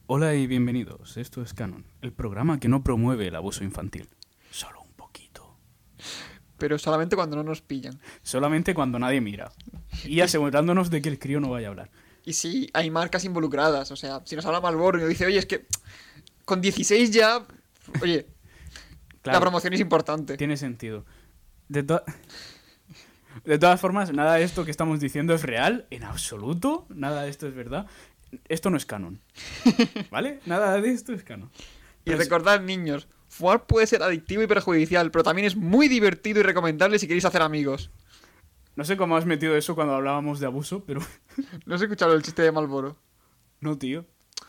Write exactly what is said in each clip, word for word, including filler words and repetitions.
Hola y bienvenidos, esto es Canon, el programa que no promueve el abuso infantil. Solo un poquito. Pero solamente cuando no nos pillan. Solamente cuando nadie mira. Y asegurándonos de que el crío no vaya a hablar. Y sí, hay marcas involucradas. O sea, si nos habla Marlboro y nos dice, oye, es que con dieciséis ya... Oye, Claro, la promoción es importante. tiene sentido. De, to- de todas formas, nada de esto que estamos diciendo es real, en absoluto. Nada de esto es verdad. Esto no es canon. ¿Vale? Nada de esto es canon. Y Pero sí- recordad, niños, fumar puede ser adictivo y perjudicial, pero también es muy divertido y recomendable si queréis hacer amigos. No sé cómo has metido eso cuando hablábamos de abuso, pero ¿No has escuchado el chiste de Marlboro? no, tío.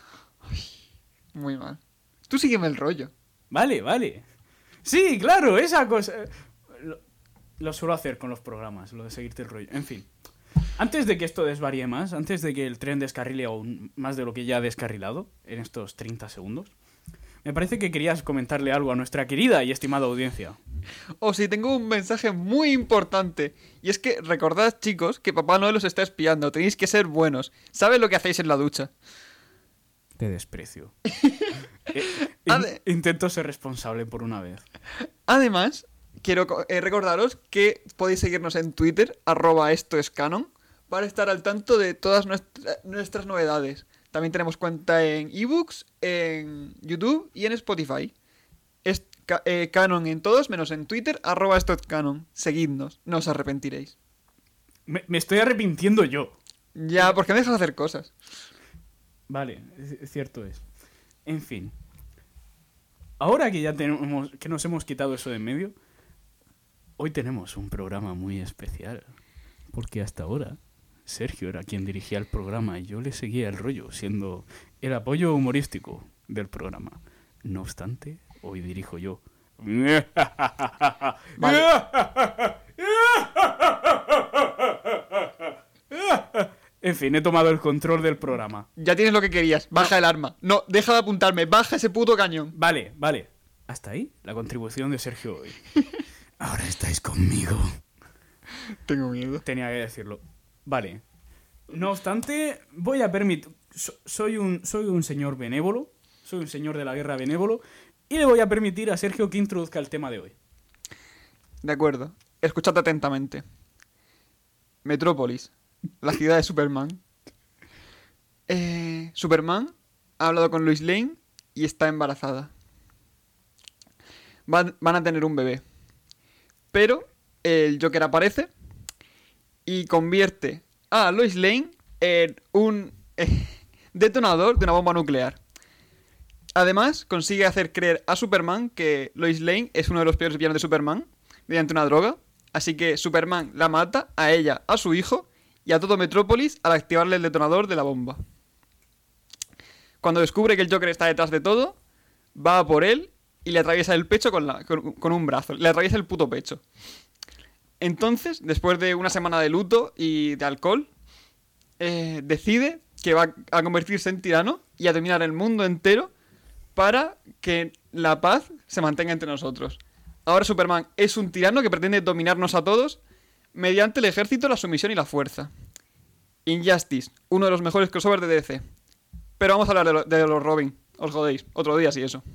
Muy mal. Tú sígueme el rollo. Vale, vale. Sí, claro, esa cosa. Lo, lo suelo hacer con los programas, lo de seguirte el rollo. En fin. Antes de que esto desvaríe más, antes de que el tren descarrile aún más de lo que ya ha descarrilado en estos treinta segundos, me parece que querías comentarle algo a nuestra querida y estimada audiencia. Oh, sí, tengo un mensaje muy importante. Y es que recordad, chicos, que Papá Noel os está espiando. Tenéis que ser buenos. ¿Sabes lo que hacéis en la ducha? Te desprecio. Eh, A in- ver. intento ser responsable por una vez. Además, quiero co- eh, recordaros que podéis seguirnos en Twitter, arroba esto es canon, para estar al tanto de todas nuestra- nuestras novedades. También tenemos cuenta en ebooks, en YouTube y en Spotify. Es ca- eh, canon en todos, menos en Twitter, arroba esto es canon. Seguidnos, no os arrepentiréis. Me, me estoy arrepintiendo yo. Ya, ¿por qué me dejas hacer cosas? Vale, es- es cierto es. En fin. Ahora que ya tenemos, que nos hemos quitado eso de en medio, hoy tenemos un programa muy especial. Porque hasta ahora, Sergio era quien dirigía el programa y yo le seguía el rollo, siendo el apoyo humorístico del programa. No obstante, hoy dirijo yo. En fin, he tomado el control del programa. Ya tienes lo que querías, baja el arma. No, deja de apuntarme, baja ese puto cañón. Vale, vale. Hasta ahí la contribución de Sergio hoy. Ahora estáis conmigo. Tengo miedo. Tenía que decirlo. Vale. No obstante, voy a permitir... so- soy, un, soy un señor benévolo. Soy un señor de la guerra benévolo. Y le voy a permitir a Sergio que introduzca el tema de hoy. De acuerdo. Escuchad atentamente. Metrópolis, la ciudad de Superman. Eh, Superman ha hablado con Lois Lane y está embarazada. Van, van a tener un bebé. Pero el Joker aparece y convierte a Lois Lane en un eh, detonador de una bomba nuclear. Además, consigue hacer creer a Superman que Lois Lane es uno de los peores villanos de Superman mediante una droga. Así que Superman la mata a ella, a su hijo y a todo Metrópolis al activarle el detonador de la bomba. Cuando descubre que el Joker está detrás de todo, va a por él y le atraviesa el pecho con, la, con, con un brazo. Le atraviesa el puto pecho. Entonces, después de una semana de luto y de alcohol, eh, decide que va a convertirse en tirano y a dominar el mundo entero para que la paz se mantenga entre nosotros. Ahora Superman es un tirano que pretende dominarnos a todos mediante el ejército, la sumisión y la fuerza. Injustice, uno de los mejores crossovers de D C. Pero vamos a hablar de, lo- de los Robin. Os jodéis. Otro día sí eso.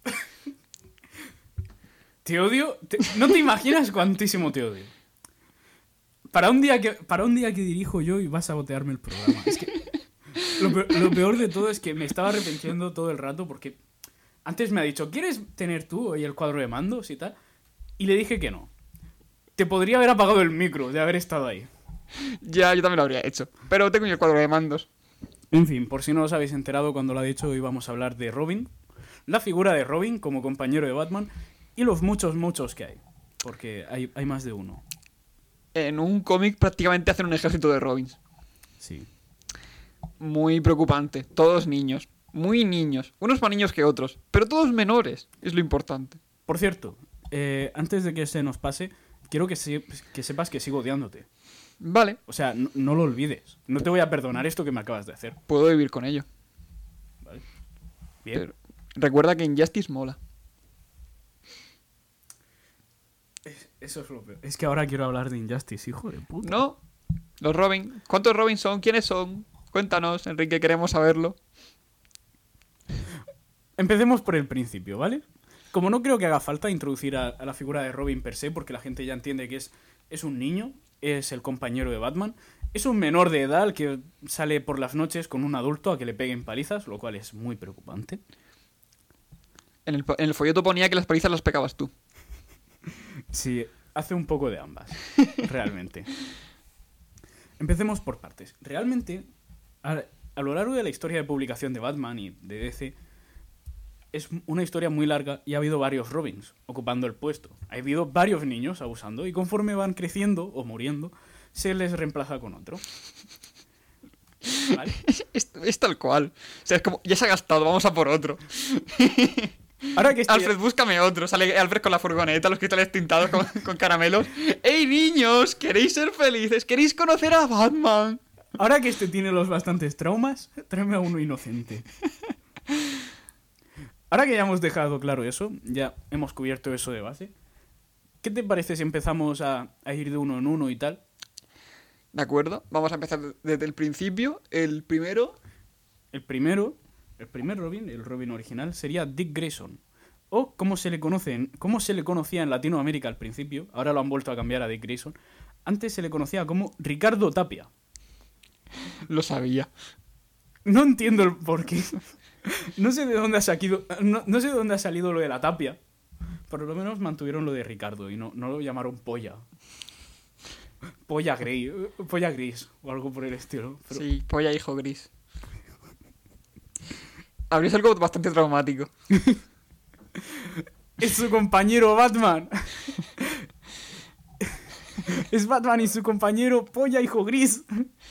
Te odio. te- no te imaginas cuantísimo te odio. Para un día que, para un día que dirijo yo y vas a botearme el programa. Es que lo peor, lo peor de todo es que me estaba arrepintiendo todo el rato porque antes me ha dicho, ¿quieres tener tú hoy el cuadro de mandos y tal? Y le dije que no. Te podría haber apagado el micro de haber estado ahí. Ya, yo también lo habría hecho. Pero tengo yo el cuadro de mandos. En fin, por si no os habéis enterado cuando lo ha dicho, hoy vamos a hablar de Robin. La figura de Robin como compañero de Batman y los muchos, muchos que hay. Porque hay, hay más de uno. En un cómic prácticamente hacen un ejército de Robins. Sí. Muy preocupante. Todos niños. Muy niños. Unos más niños que otros. Pero todos menores. Es lo importante. Por cierto, eh, antes de que se nos pase, quiero que, se- que sepas que sigo odiándote. Vale. O sea, no, no lo olvides. No te voy a perdonar esto que me acabas de hacer. Puedo vivir con ello. ¿Vale? Bien. Pero recuerda que Injustice mola. Eso es lo peor. Es que ahora quiero hablar de Injustice, hijo de puta. No. Los Robin. ¿Cuántos Robin son? ¿Quiénes son? Cuéntanos, Enrique, queremos saberlo. Empecemos por el principio, ¿vale? Como no creo que haga falta introducir a, a la figura de Robin per se, porque la gente ya entiende que es, es un niño, es el compañero de Batman, es un menor de edad que sale por las noches con un adulto a que le peguen palizas, lo cual es muy preocupante. En el, en el folleto ponía que las palizas las pegabas tú. Sí, hace un poco de ambas, realmente. Empecemos por partes. Realmente, a, a lo largo de la historia de publicación de Batman y de D C, es una historia muy larga y ha habido varios Robins ocupando el puesto. Ha habido varios niños abusando y conforme van creciendo o muriendo, se les reemplaza con otro. ¿Vale? Es, es, es tal cual. O sea, es como, ya se ha gastado, vamos a por otro. Ahora que estoy... Alfred, búscame otro. Sale Alfred con la furgoneta, los cristales tintados con, con caramelos. ¡Ey, niños! ¿Queréis ser felices? ¿Queréis conocer a Batman? Ahora que este tiene los bastantes traumas, tráeme a uno inocente. Ahora que ya hemos dejado claro eso, ya hemos cubierto eso de base, ¿qué te parece si empezamos a, a ir de uno en uno y tal? De acuerdo, vamos a empezar desde el principio. El primero... El primero, el primer Robin, el Robin original, sería Dick Grayson. O como se le conoce, como se le conocía en Latinoamérica al principio, ahora lo han vuelto a cambiar a Dick Grayson. Antes se le conocía como Ricardo Tapia. Lo sabía. No entiendo el por qué. No sé de dónde ha salido, no, no sé de dónde ha salido lo de la Tapia. Por lo menos mantuvieron lo de Ricardo y no, no lo llamaron Polla. Polla Grey, Polla Gris o algo por el estilo. Pero... Sí, Polla hijo gris. Habría sido algo bastante traumático. Es su compañero Batman. Es Batman y su compañero Polla hijo gris.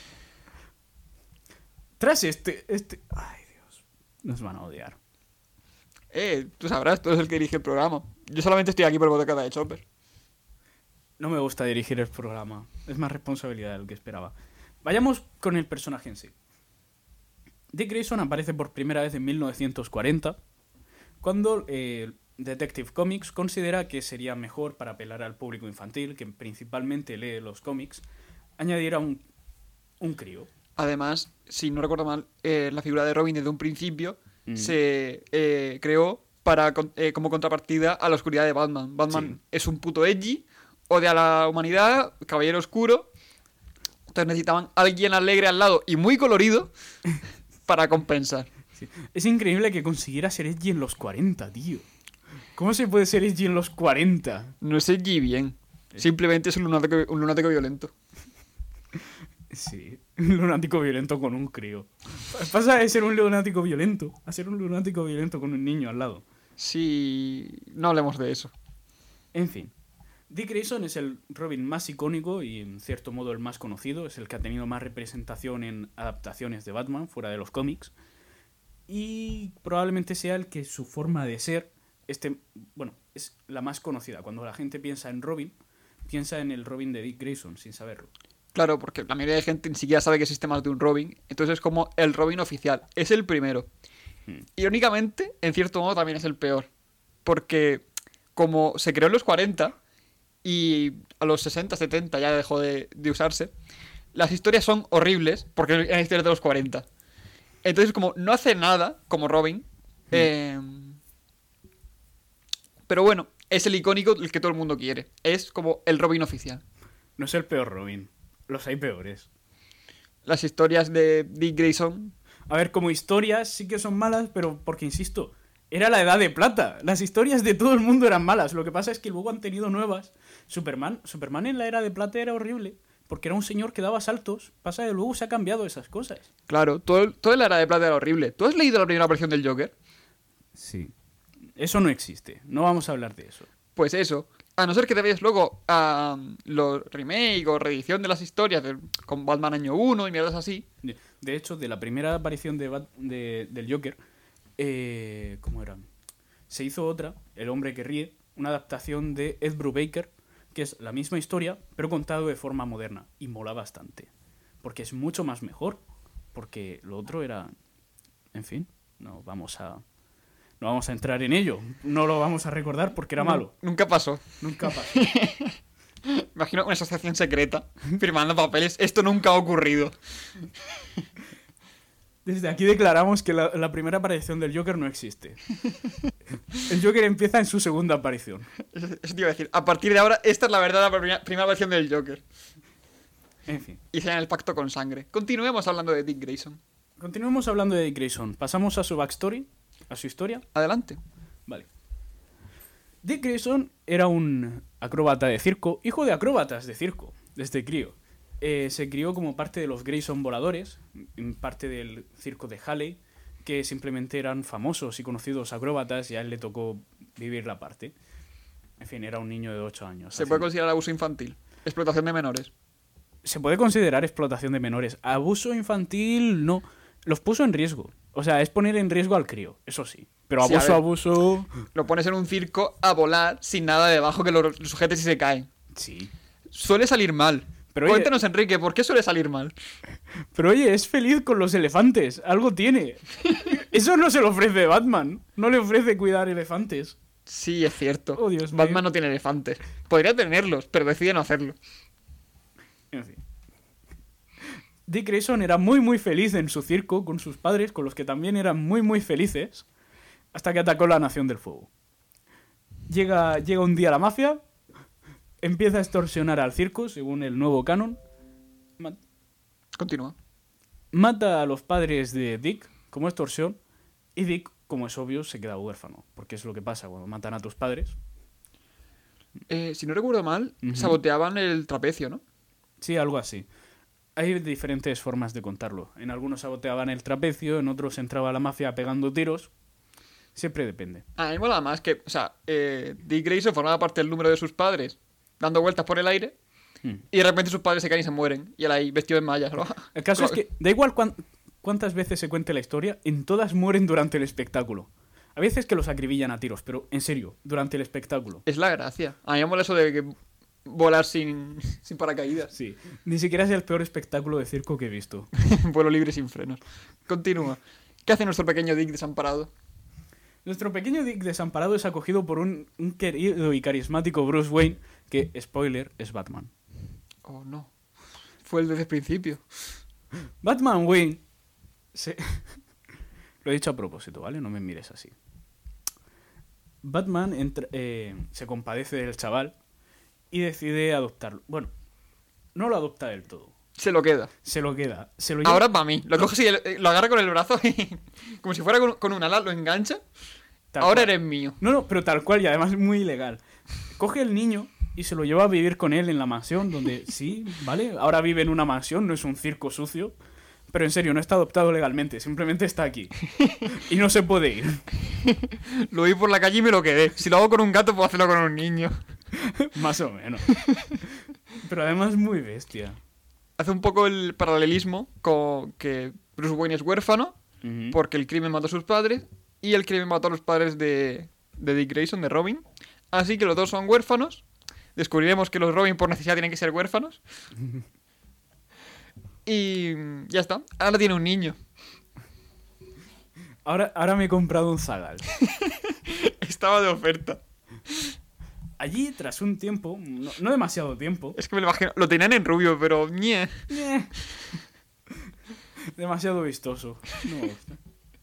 Tras este, este... Ay, Dios. Nos van a odiar. Eh, tú sabrás, tú eres el que dirige el programa. Yo solamente estoy aquí por botecada de Chopper. No me gusta dirigir el programa. Es más responsabilidad de lo que esperaba. Vayamos con el personaje en sí. Dick Grayson aparece por primera vez en mil novecientos cuarenta, cuando eh, Detective Comics considera que sería mejor para apelar al público infantil, que principalmente lee los cómics, añadir a un, un crío. Además, si no recuerdo mal, eh, la figura de Robin desde un principio Mm. se eh, creó para eh, como contrapartida a la oscuridad de Batman. Batman Sí. es un puto edgy, odia a la humanidad, caballero oscuro. Entonces necesitaban a alguien alegre al lado y muy colorido para compensar. Sí. Es increíble que consiguiera ser edgy en los cuarenta, tío. ¿Cómo se puede ser edgy en los cuarenta? No es edgy bien, simplemente es un lunático, un lunático violento. Sí, un lunático violento con un crío. Pasa de ser un lunático violento a ser un lunático violento con un niño al lado. Sí, no hablemos de eso. En fin, Dick Grayson es el Robin más icónico y en cierto modo el más conocido. Es el que ha tenido más representación en adaptaciones de Batman fuera de los cómics. Y probablemente sea el que su forma de ser, este, bueno, es la más conocida. Cuando la gente piensa en Robin, piensa en el Robin de Dick Grayson sin saberlo. Claro, porque la mayoría de gente ni siquiera sabe que existe más de un Robin. Entonces es como el Robin oficial. Es el primero. Hmm. Irónicamente, en cierto modo también es el peor. Porque como se creó en los cuarenta y a los sesenta, setenta ya dejó de, de usarse, las historias son horribles porque eran historias de los cuarenta. Entonces como no hace nada como Robin. Hmm. Eh, pero bueno, es el icónico el que todo el mundo quiere. Es como el Robin oficial. No es el peor Robin. Los hay peores. Las historias de Dick Grayson... A ver, como historias sí que son malas, pero porque, insisto, era la edad de plata. Las historias de todo el mundo eran malas. Lo que pasa es que luego han tenido nuevas. Superman, Superman en la era de plata era horrible, porque era un señor que daba saltos. Pasa que luego se ha cambiado esas cosas. Claro, todo, toda la era de plata era horrible. ¿Tú has leído la primera versión del Joker? Sí. Eso no existe. No vamos a hablar de eso. Pues eso. A no ser que te vayas luego a um, los remake o reedición de las historias de, con Batman año uno y mierdas así. De, de hecho, de la primera aparición de, Bat- de- del Joker, eh, ¿cómo era? Se hizo otra, El hombre que ríe, una adaptación de Ed Brubaker, que es la misma historia, pero contado de forma moderna. Y mola bastante. Porque es mucho más mejor. Porque lo otro era... En fin, no vamos a... No vamos a entrar en ello. No lo vamos a recordar porque era malo. Nunca pasó. Nunca pasó. Imagino una asociación secreta firmando papeles. Esto nunca ha ocurrido. Desde aquí declaramos que la, la primera aparición del Joker no existe. El Joker empieza en su segunda aparición. Eso, eso te iba a decir. A partir de ahora, esta es la verdad, la primera, primera versión del Joker. En fin. Y se llama el pacto con sangre. Continuemos hablando de Dick Grayson. Continuemos hablando de Dick Grayson. Pasamos a su backstory, a su historia. Adelante. Vale. Dick Grayson era un acróbata de circo, hijo de acróbatas de circo, desde crío. Eh, se crió como parte de los Grayson voladores, parte del circo de Halley, que simplemente eran famosos y conocidos acróbatas y a él le tocó vivir la parte. En fin, era un niño de ocho años. ¿Se haciendo... puede considerar abuso infantil? Explotación de menores. Se puede considerar explotación de menores. Abuso infantil, no. Los puso en riesgo. O sea, es poner en riesgo al crío, eso sí. Pero Sí, a abuso, ver. abuso... Lo pones en un circo a volar sin nada debajo que lo lo sujetes y se cae. Sí. Suele salir mal. Pero oye- Cuéntanos, Enrique, ¿por qué suele salir mal? Pero oye, es feliz con los elefantes. Algo tiene. Eso no se lo ofrece Batman. No le ofrece cuidar elefantes. Sí, es cierto. Oh, Dios mío. Batman no tiene elefantes. Podría tenerlos, pero decide no hacerlo. En fin. Dick Grayson era muy muy feliz en su circo con sus padres, con los que también eran muy muy felices, hasta que atacó la Nación del Fuego. Llega, llega un día la mafia, empieza a extorsionar al circo, según el nuevo canon, ma- Continúa. mata a los padres de Dick como extorsión, y Dick, como es obvio, se queda huérfano, porque es lo que pasa cuando matan a tus padres. Eh, si no recuerdo mal, Ujú. saboteaban el trapecio, ¿no? Sí, algo así. Hay diferentes formas de contarlo. En algunos saboteaban el trapecio, en otros entraba la mafia pegando tiros. Siempre depende. A mí me mola más que, o sea, eh, Dick Grayson formaba parte del número de sus padres dando vueltas por el aire Hmm. y de repente sus padres se caen y se mueren. Y él ahí vestido en mallas, ¿no? El caso es que da igual cuán- cuántas veces se cuente la historia, en todas mueren durante el espectáculo. A veces que los acribillan a tiros, pero en serio, durante el espectáculo. Es la gracia. A mí me mola eso de que volar sin, sin paracaídas. Sí. Ni siquiera es el peor espectáculo de circo que he visto. Vuelo libre sin frenos. Continúa. ¿Qué hace nuestro pequeño Dick desamparado? Nuestro pequeño Dick desamparado es acogido por un, un querido y carismático Bruce Wayne, que, spoiler, es Batman. Oh, no. Fue el desde el principio. Batman Wayne se... Lo he dicho a propósito, ¿vale? No me mires así. Batman entra- eh, se compadece del chaval y decide adoptarlo. Bueno, no lo adopta del todo. Se lo queda. Se lo queda. Se lo lleva- Ahora para mí. Lo coges y el- lo agarra con el brazo y como si fuera con, con un ala, lo engancha. tal Ahora cual. eres mío. No, no, pero tal cual y además muy ilegal. Coge el niño y se lo lleva a vivir con él en la mansión, donde sí, ¿vale? Ahora vive en una mansión, no es un circo sucio. Pero en serio, no está adoptado legalmente, simplemente está aquí. Y no se puede ir. Lo vi por la calle y me lo quedé. Si lo hago con un gato, puedo hacerlo con un niño. Más o menos. Pero además muy bestia. Hace un poco el paralelismo con que Bruce Wayne es huérfano Ujú. porque el crimen mató a sus padres y el crimen mató a los padres de, de Dick Grayson, de Robin. Así que los dos son huérfanos. Descubriremos que los Robin por necesidad tienen que ser huérfanos. Y ya está. Ahora tiene un niño. Ahora, ahora me he comprado un Zagal. Estaba de oferta. Allí, tras un tiempo, no, no demasiado tiempo, Es que me lo imagino. Lo tenían en rubio, pero... ñe. eh, demasiado vistoso. No me gusta.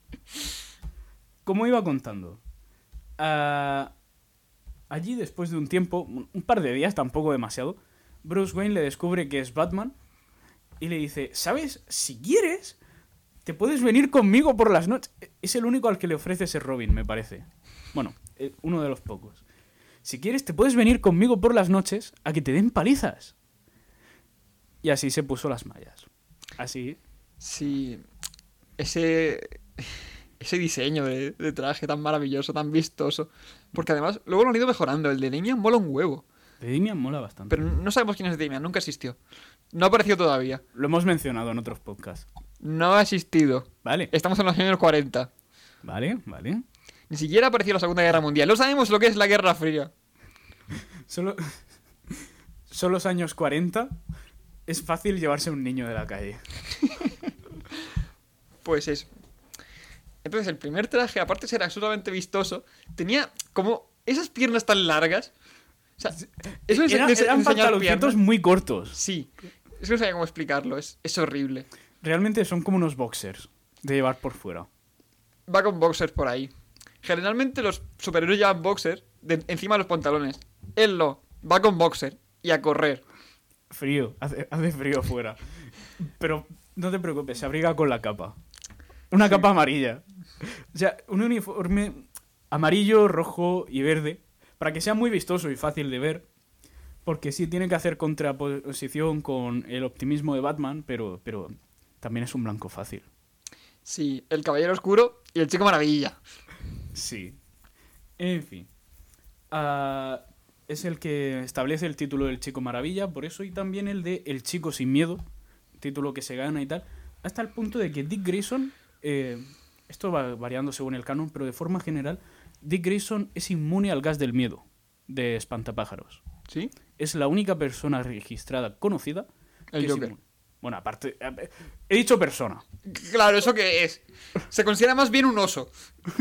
Como iba contando, ah, allí después de un tiempo, un un par de días, tampoco demasiado, Bruce Wayne le descubre que es Batman y le dice, ¿sabes? Si quieres, te puedes venir conmigo por las noches. Es el único al que le ofrece ser Robin, me parece. Bueno, eh, uno de los pocos. Si quieres, te puedes venir conmigo por las noches a que te den palizas. Y así se puso las mallas. Así. Sí. Ese... Ese diseño de, de traje tan maravilloso, tan vistoso. Porque además, luego lo han ido mejorando. El de Damian mola un huevo. De Damian mola bastante. Pero no sabemos quién es Damian, nunca existió. No ha aparecido todavía. Lo hemos mencionado en otros podcasts. No ha existido. Vale, Estamos en los años cuarenta. vale, vale. Ni siquiera apareció la Segunda Guerra Mundial. No sabemos lo que es la Guerra Fría. Solo. Son los años cuarenta. Es fácil llevarse a un niño de la calle. Pues eso. Entonces el primer traje, aparte de ser absolutamente vistoso, tenía como esas piernas tan largas. O sea, eso es Era- de- de eran enseñar pantaloncitos piernas. muy cortos. Sí. Es que no sabía cómo explicarlo. Es, es horrible. Realmente son como unos boxers. De llevar por fuera. Va con boxers por ahí. Generalmente los superhéroes llevan boxers de, encima de los pantalones. Él no. Va con boxer y a correr. Frío, hace, hace frío fuera. Pero no te preocupes, se abriga con la capa. Una sí. capa amarilla. O sea, un uniforme amarillo, rojo y verde. Para que sea muy vistoso y fácil de ver. Porque sí tiene que hacer contraposición con el optimismo de Batman, pero, pero también es un blanco fácil. Sí, el Caballero Oscuro y el Chico Maravilla. Sí. En fin. Uh, es el que establece el título del Chico Maravilla, por eso, y también el de El Chico Sin Miedo, título que se gana y tal, hasta el punto de que Dick Grayson, eh, esto va variando según el canon, pero de forma general, Dick Grayson es inmune al gas del miedo de Espantapájaros. ¿Sí? Es la única persona registrada conocida el que Joker. Es inmune. Bueno, aparte, he dicho persona. Claro, ¿eso qué es? Se considera más bien un oso.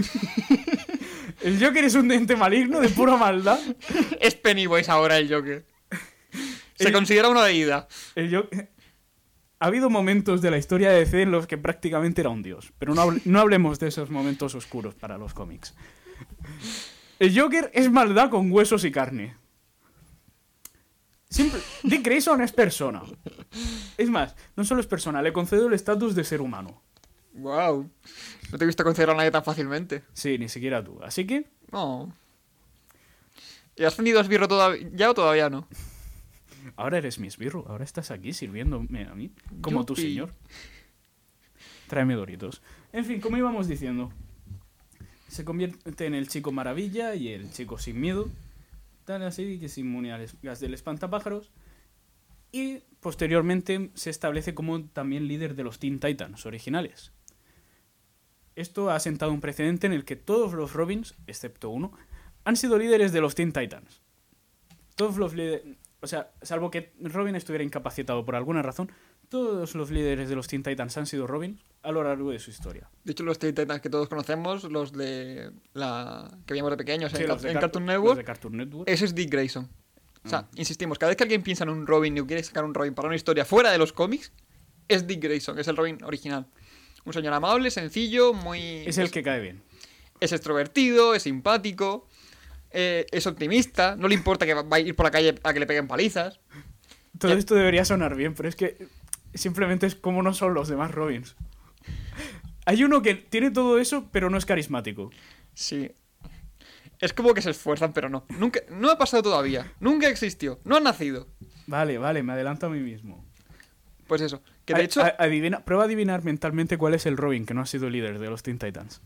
El Joker es un ente maligno de pura maldad. Es Pennywise ahora el Joker. Se el, considera una deidad. El Joker... Ha habido momentos de la historia de D C en los que prácticamente era un dios. Pero no, hable, no hablemos de esos momentos oscuros para los cómics. El Joker es maldad con huesos y carne. Simple. Dick Grayson es persona. Es más, no solo es persona, le concedo el estatus de ser humano. Wow. No te he visto considerar a nadie tan fácilmente. Sí, ni siquiera tú. Así que... No. ¿Y has tenido esbirro todavía ya o todavía no? Ahora eres mi esbirro. Ahora estás aquí sirviéndome a mí. Como Yupi. tu señor. Tráeme doritos. En fin, como íbamos diciendo. Se convierte en el Chico Maravilla y el Chico Sin Miedo. Tal así que es inmune al gas del espantapájaros. Y posteriormente se establece como también líder de los Teen Titans originales. Esto ha sentado un precedente en el que todos los Robins, excepto uno, han sido líderes de los Teen Titans. Todos los líderes... O sea, salvo que Robin estuviera incapacitado por alguna razón, todos los líderes de los Teen Titans han sido Robin a lo largo de su historia. De hecho, los Teen Titans que todos conocemos, los de la que veíamos de pequeños Sí, en, los de en Car- Cartoon los Network, de Cartoon Network. ese es Dick Grayson. O sea, Ah. insistimos, cada vez que alguien piensa en un Robin y quiere sacar un Robin para una historia fuera de los cómics, es Dick Grayson, es el Robin original. Un señor amable, sencillo, muy... Es el que cae bien. Es extrovertido, es simpático, eh, es optimista, no le importa que va a ir por la calle a que le peguen palizas. Todo Ya. esto debería sonar bien, pero es que simplemente es como no son los demás Robins. Hay uno que tiene todo eso, pero no es carismático. Sí. Es como que se esfuerzan, pero no. Nunca, no ha pasado todavía. Nunca existió. No ha nacido. Vale, vale, me adelanto a mí mismo. Pues eso. Que de A- hecho... a- adivina, prueba a adivinar mentalmente cuál es el Robin que no ha sido líder de los Teen Titans.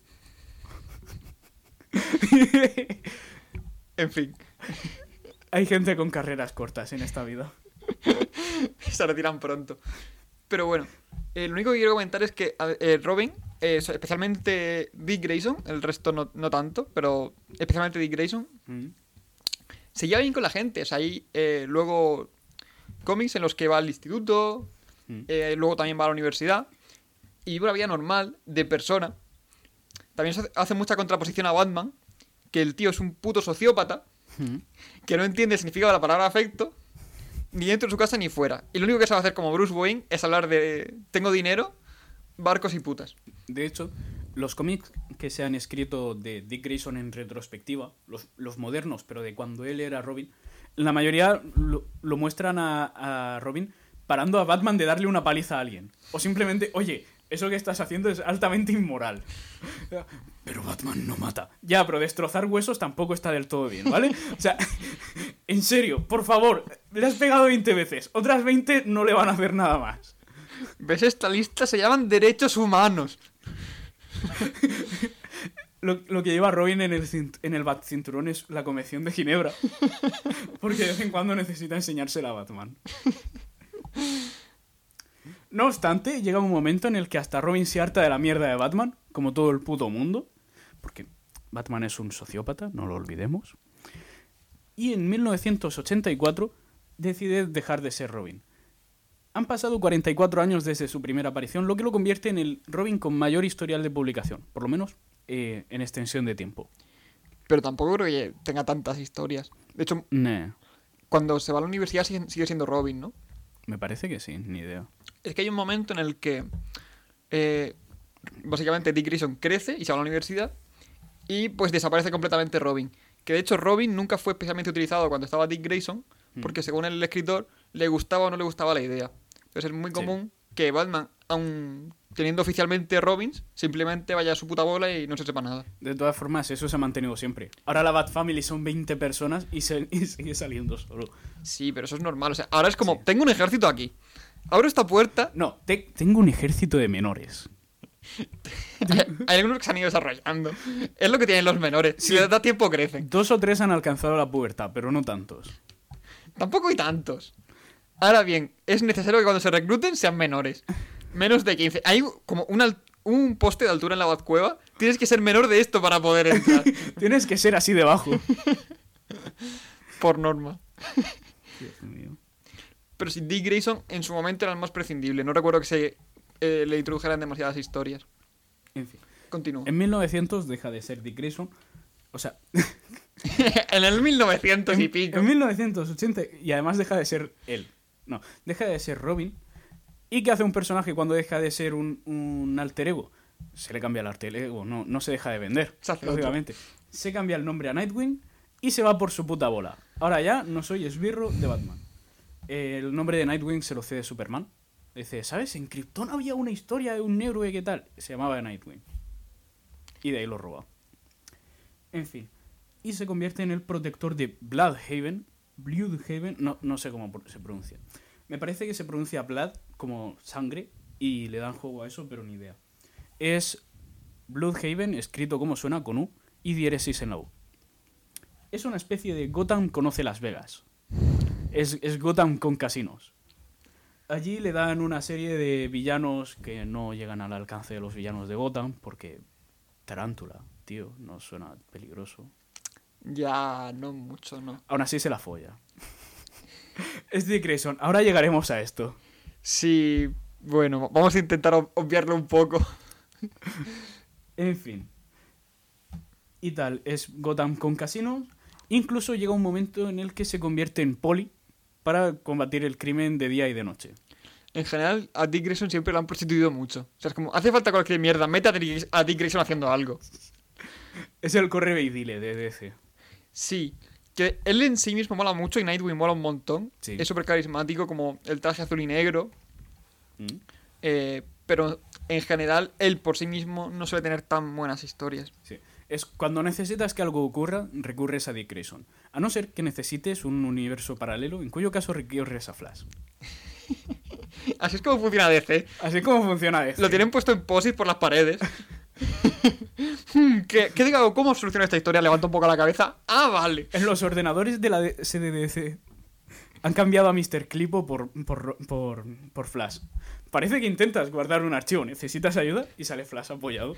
En fin. Hay gente con carreras cortas en esta vida. Se retiran pronto. Pero bueno. eh, lo único que quiero comentar es que a- eh, Robin, eh, especialmente Dick Grayson, el resto no, no tanto, pero especialmente Dick Grayson, Mm. se lleva bien con la gente. O sea, hay eh, luego cómics en los que va al instituto, Mm. eh, luego también va a la universidad, y vive una vida normal, de persona. También se hace- hace mucha contraposición a Batman, que el tío es un puto sociópata, Mm. que no entiende el significado de la palabra afecto, ni dentro de su casa ni fuera. Y lo único que sabe hacer como Bruce Wayne es hablar de tengo dinero, barcos y putas. De hecho, los cómics que se han escrito de Dick Grayson en retrospectiva, los, los modernos, pero de cuando él era Robin, la mayoría lo, lo muestran a, a Robin parando a Batman de darle una paliza a alguien. O simplemente, oye, eso que estás haciendo es altamente inmoral. Pero Batman no mata. Ya, pero destrozar huesos tampoco está del todo bien, ¿vale? O sea, en serio, por favor, le has pegado veinte veces. Otras veinte no le van a hacer nada más. ¿Ves esta lista? Se llaman derechos humanos. Lo, lo que lleva Robin en el, cint- en el bat cinturón es la Convención de Ginebra. Porque de vez en cuando necesita enseñársela a Batman. No obstante, llega un momento en el que hasta Robin se harta de la mierda de Batman, como todo el puto mundo. Porque Batman es un sociópata, no lo olvidemos. Y en mil novecientos ochenta y cuatro decide dejar de ser Robin. Han pasado cuarenta y cuatro años desde su primera aparición, lo que lo convierte en el Robin con mayor historial de publicación, por lo menos eh, en extensión de tiempo. Pero tampoco creo que tenga tantas historias. De hecho, Nah, cuando se va a la universidad sigue, sigue siendo Robin, ¿no? me parece que sí, ni idea. Es que hay un momento en el que eh, básicamente Dick Grayson crece y se va a la universidad y pues desaparece completamente Robin. Que de hecho Robin nunca fue especialmente utilizado cuando estaba Dick Grayson, porque según el escritor le gustaba o no le gustaba la idea. Entonces es muy común sí. que Batman, aun teniendo oficialmente Robins, simplemente vaya a su puta bola y no se sepa nada. De todas formas, eso se ha mantenido siempre. Ahora la Bat Family son veinte personas y, se, y sigue saliendo solo. Sí, pero eso es normal. O sea, ahora es como, sí. tengo un ejército aquí. Abro esta puerta... No, te, tengo un ejército de menores. hay, hay algunos que se han ido desarrollando. Es lo que tienen los menores. Si sí. les da tiempo, crecen. Dos o tres han alcanzado la pubertad, pero no tantos. Tampoco hay tantos. Ahora bien, es necesario que cuando se recluten sean menores. Menos de quince. Hay como una, un poste de altura en la Batcueva. Tienes que ser menor de esto para poder entrar. Tienes que ser así de bajo. Por norma. Dios mío. Pero si Dick Grayson en su momento era el más prescindible. No recuerdo que se eh, le introdujeran demasiadas historias. En fin. Continúa. En mil novecientos deja de ser Dick Grayson. O sea... en el mil novecientos en, y pico. En mil novecientos ochenta. Y además deja de ser él. No, deja de ser Robin. ¿Y qué hace un personaje cuando deja de ser un, un alter ego? Se le cambia el alter ego. No, no se deja de vender. Lógicamente. Se cambia el nombre a Nightwing y se va por su puta bola. Ahora ya no soy esbirro de Batman. El nombre de Nightwing se lo cede Superman. Dice, ¿sabes? En Krypton había una historia de un héroe que tal. Se llamaba Nightwing. Y de ahí lo roba. En fin. Y se convierte en el protector de Bloodhaven. Bloodhaven. No, no sé cómo se pronuncia. Me parece que se pronuncia Blood como sangre. Y le dan juego a eso, pero ni idea. Es Bloodhaven, escrito como suena, con U. Y diéresis en la U. Es una especie de Gotham conoce Las Vegas. Es, es Gotham con casinos. Allí le dan una serie de villanos que no llegan al alcance de los villanos de Gotham, porque Tarántula, tío, no suena peligroso. Ya, no mucho, no. Aún así se la folla. Es Dick Grayson. Ahora llegaremos a esto. Sí, bueno, vamos a intentar obviarlo un poco. En fin. Y tal, es Gotham con casinos. Incluso llega un momento en el que se convierte en poli para combatir el crimen de día y de noche. En general, a Dick Grayson siempre lo han prostituido mucho. O sea, es como, hace falta cualquier mierda, mete a Dick Grayson haciendo algo. Es el corre y dile de D C. Sí, que él en sí mismo mola mucho y Nightwing mola un montón. Sí. Es súper carismático, como el traje azul y negro. Mm. Eh, pero en general, él por sí mismo no suele tener tan buenas historias. Sí. Es cuando necesitas que algo ocurra, recurres a Dick Grayson. A no ser que necesites un universo paralelo, en cuyo caso recurres a Flash. Así es como funciona D C. Así es como funciona D C. Lo tienen puesto en posit por las paredes. ¿Qué, ¿Qué digo? ¿Cómo soluciona esta historia? Levanto un poco la cabeza. Ah, vale. En los ordenadores de la sede de D C han cambiado a mister Clipo por, por, por, por Flash. Parece que intentas guardar un archivo, necesitas ayuda y sale Flash apoyado.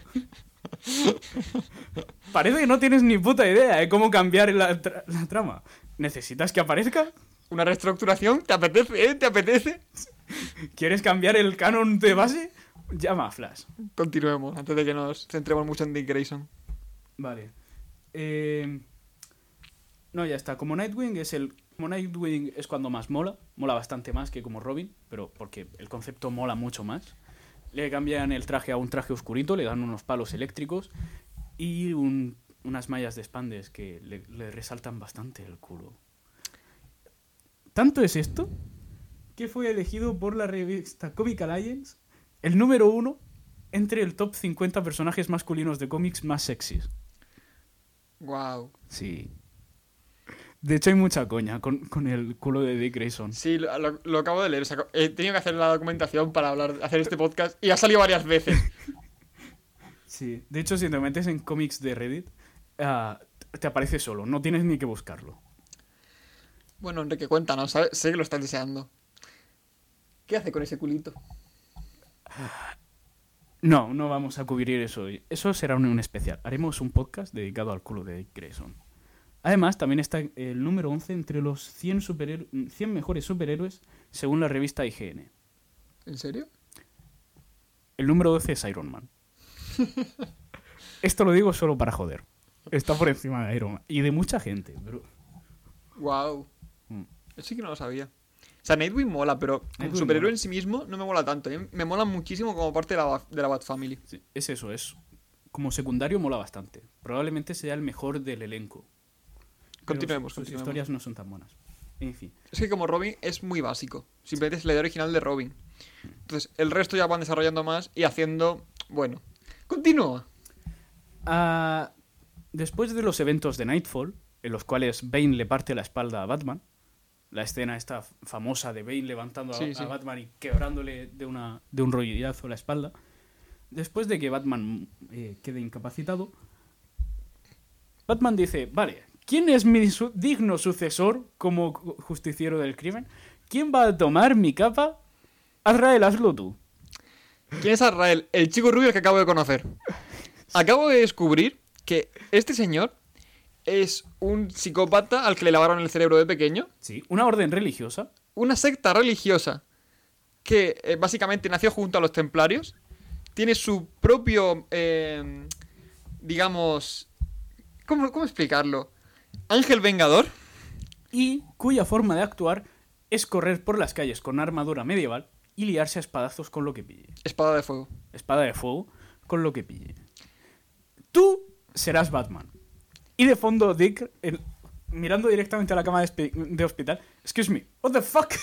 Parece que no tienes ni puta idea de cómo cambiar la, tra- la trama. ¿Necesitas que aparezca? ¿Una reestructuración? ¿Te apetece, eh? ¿Te apetece? ¿Quieres cambiar el canon de base? Llama a Flash. Continuemos, antes de que nos centremos mucho en Dick Grayson. Vale. Eh... No, ya está. Como Nightwing es el... Como Nightwing es cuando más mola. Mola bastante más que como Robin, pero porque el concepto mola mucho más. Le cambian el traje a un traje oscurito, le dan unos palos eléctricos y un, unas mallas de spandex que le, le resaltan bastante el culo. Tanto es esto que fue elegido por la revista Comic Alliance el número uno entre el top cincuenta personajes masculinos de cómics más sexys. Wow. Sí. De hecho hay mucha coña con, con el culo de Dick Grayson. Sí, lo, lo, lo acabo de leer. O sea, he tenido que hacer la documentación para hablar, hacer este podcast y ha salido varias veces. Sí. De hecho, si te metes en cómics de Reddit, uh, te aparece solo. No tienes ni que buscarlo. Bueno, Enrique, cuéntanos. ¿Sabes? Sé que lo estás deseando. ¿Qué hace con ese culito? No, no vamos a cubrir eso hoy. Eso será un, un especial. Haremos un podcast dedicado al culo de Dick Grayson. Además, también está el número once entre los cien, superhéro- cien mejores superhéroes según la revista I G N. ¿En serio? El número doce es Iron Man. Esto lo digo solo para joder. Está por encima de Iron Man. Y de mucha gente, pero... Wow. Mm. Eso sí que no lo sabía. O sea, Nightwing mola, pero como Nightwing superhéroe mola. en sí mismo no me mola tanto. A mí me mola muchísimo como parte de la, Bat- de la Bat Family. Sí, es eso, es. Como secundario mola bastante. Probablemente sea el mejor del elenco. Pero Continuemos, sus, sus continuemos. historias no son tan buenas. En fin. Es que como Robin es muy básico. Simplemente es la idea original de Robin. Entonces, el resto ya van desarrollando más y haciendo... Bueno, continúa. Ah, después de los eventos de Nightfall, en los cuales Bane le parte la espalda a Batman, la escena esta famosa de Bane levantando a, Sí, sí. a Batman y quebrándole de, una, de un rodillazo la espalda, después de que Batman eh, quede incapacitado, Batman dice, vale, ¿quién es mi su- digno sucesor como ju- justiciero del crimen? ¿Quién va a tomar mi capa? Azrael, hazlo tú. ¿Quién es Azrael? El chico rubio que acabo de conocer. Acabo de descubrir que este señor es un psicópata al que le lavaron el cerebro de pequeño. Sí, una orden religiosa. Una secta religiosa que eh, básicamente nació junto a los templarios. Tiene su propio, eh, digamos... ¿cómo, ¿Cómo explicarlo? Ángel Vengador. Y cuya forma de actuar es correr por las calles con armadura medieval y liarse a espadazos con lo que pille. Espada de fuego. Espada de fuego con lo que pille. Tú serás Batman. Y de fondo Dick, el- mirando directamente a la cama de, espi- de hospital. Excuse me, what the fuck?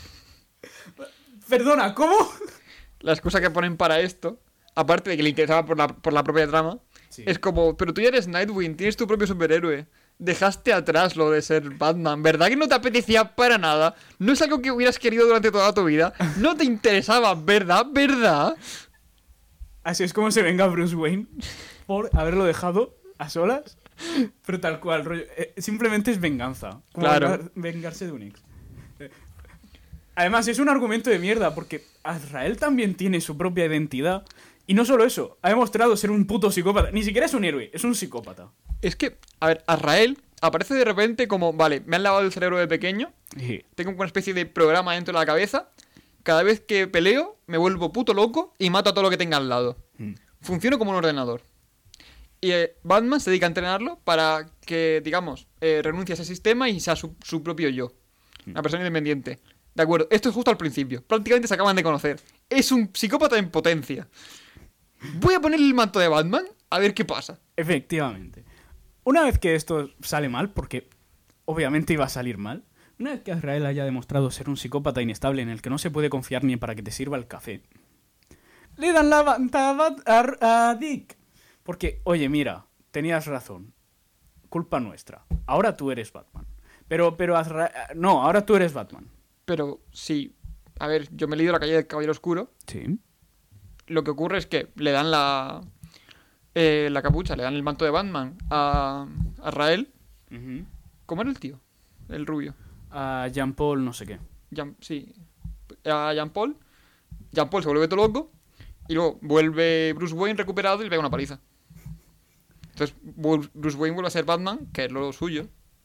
Perdona, ¿cómo? La excusa que ponen para esto, aparte de que le interesaba por la, por la propia trama, Sí. es como, pero tú ya eres Nightwing, tienes tu propio superhéroe. Dejaste atrás lo de ser Batman. ¿Verdad que no te apetecía para nada? No es algo que hubieras querido durante toda tu vida. No te interesaba, ¿verdad? ¿Verdad? Así es como se venga Bruce Wayne por haberlo dejado a solas. Pero tal cual, rollo, eh, simplemente es venganza. Como Claro. vengar- vengarse de un ex. Eh, Además, es un argumento de mierda, porque Azrael también tiene su propia identidad. Y no solo eso, ha demostrado ser un puto psicópata. Ni siquiera es un héroe, es un psicópata. Es que, a ver, Azrael aparece de repente como, vale, me han lavado el cerebro de pequeño, Sí. tengo una especie de programa dentro de la cabeza, cada vez que peleo me vuelvo puto loco y mato a todo lo que tenga al lado. Mm. Funciono como un ordenador. Y eh, Batman se dedica a entrenarlo para que, digamos, eh, renuncie a ese sistema y sea su, su propio yo. Una persona independiente. De acuerdo, esto es justo al principio. Prácticamente se acaban de conocer. Es un psicópata en potencia. Voy a ponerle el manto de Batman a ver qué pasa. Efectivamente. Una vez que esto sale mal, porque obviamente iba a salir mal, una vez que Azrael haya demostrado ser un psicópata inestable en el que no se puede confiar ni para que te sirva el café, le dan la banda a, Bat- a- a Dick. Porque, oye, mira, tenías razón. Culpa nuestra. Ahora tú eres Batman. Pero, pero Azrael... No, ahora tú eres Batman. Pero sí, a ver, yo me he leído La calle del Caballero Oscuro. Sí. Lo que ocurre es que le dan la eh, la capucha, le dan el manto de Batman a, a Rael. ¿Cómo era el tío? El rubio. A Jean Paul no sé qué. Jean- sí. A Jean Paul. Jean Paul se vuelve todo loco. Y luego vuelve Bruce Wayne recuperado y le pega una paliza. Entonces Bu- Bruce Wayne vuelve a ser Batman, que es lo suyo.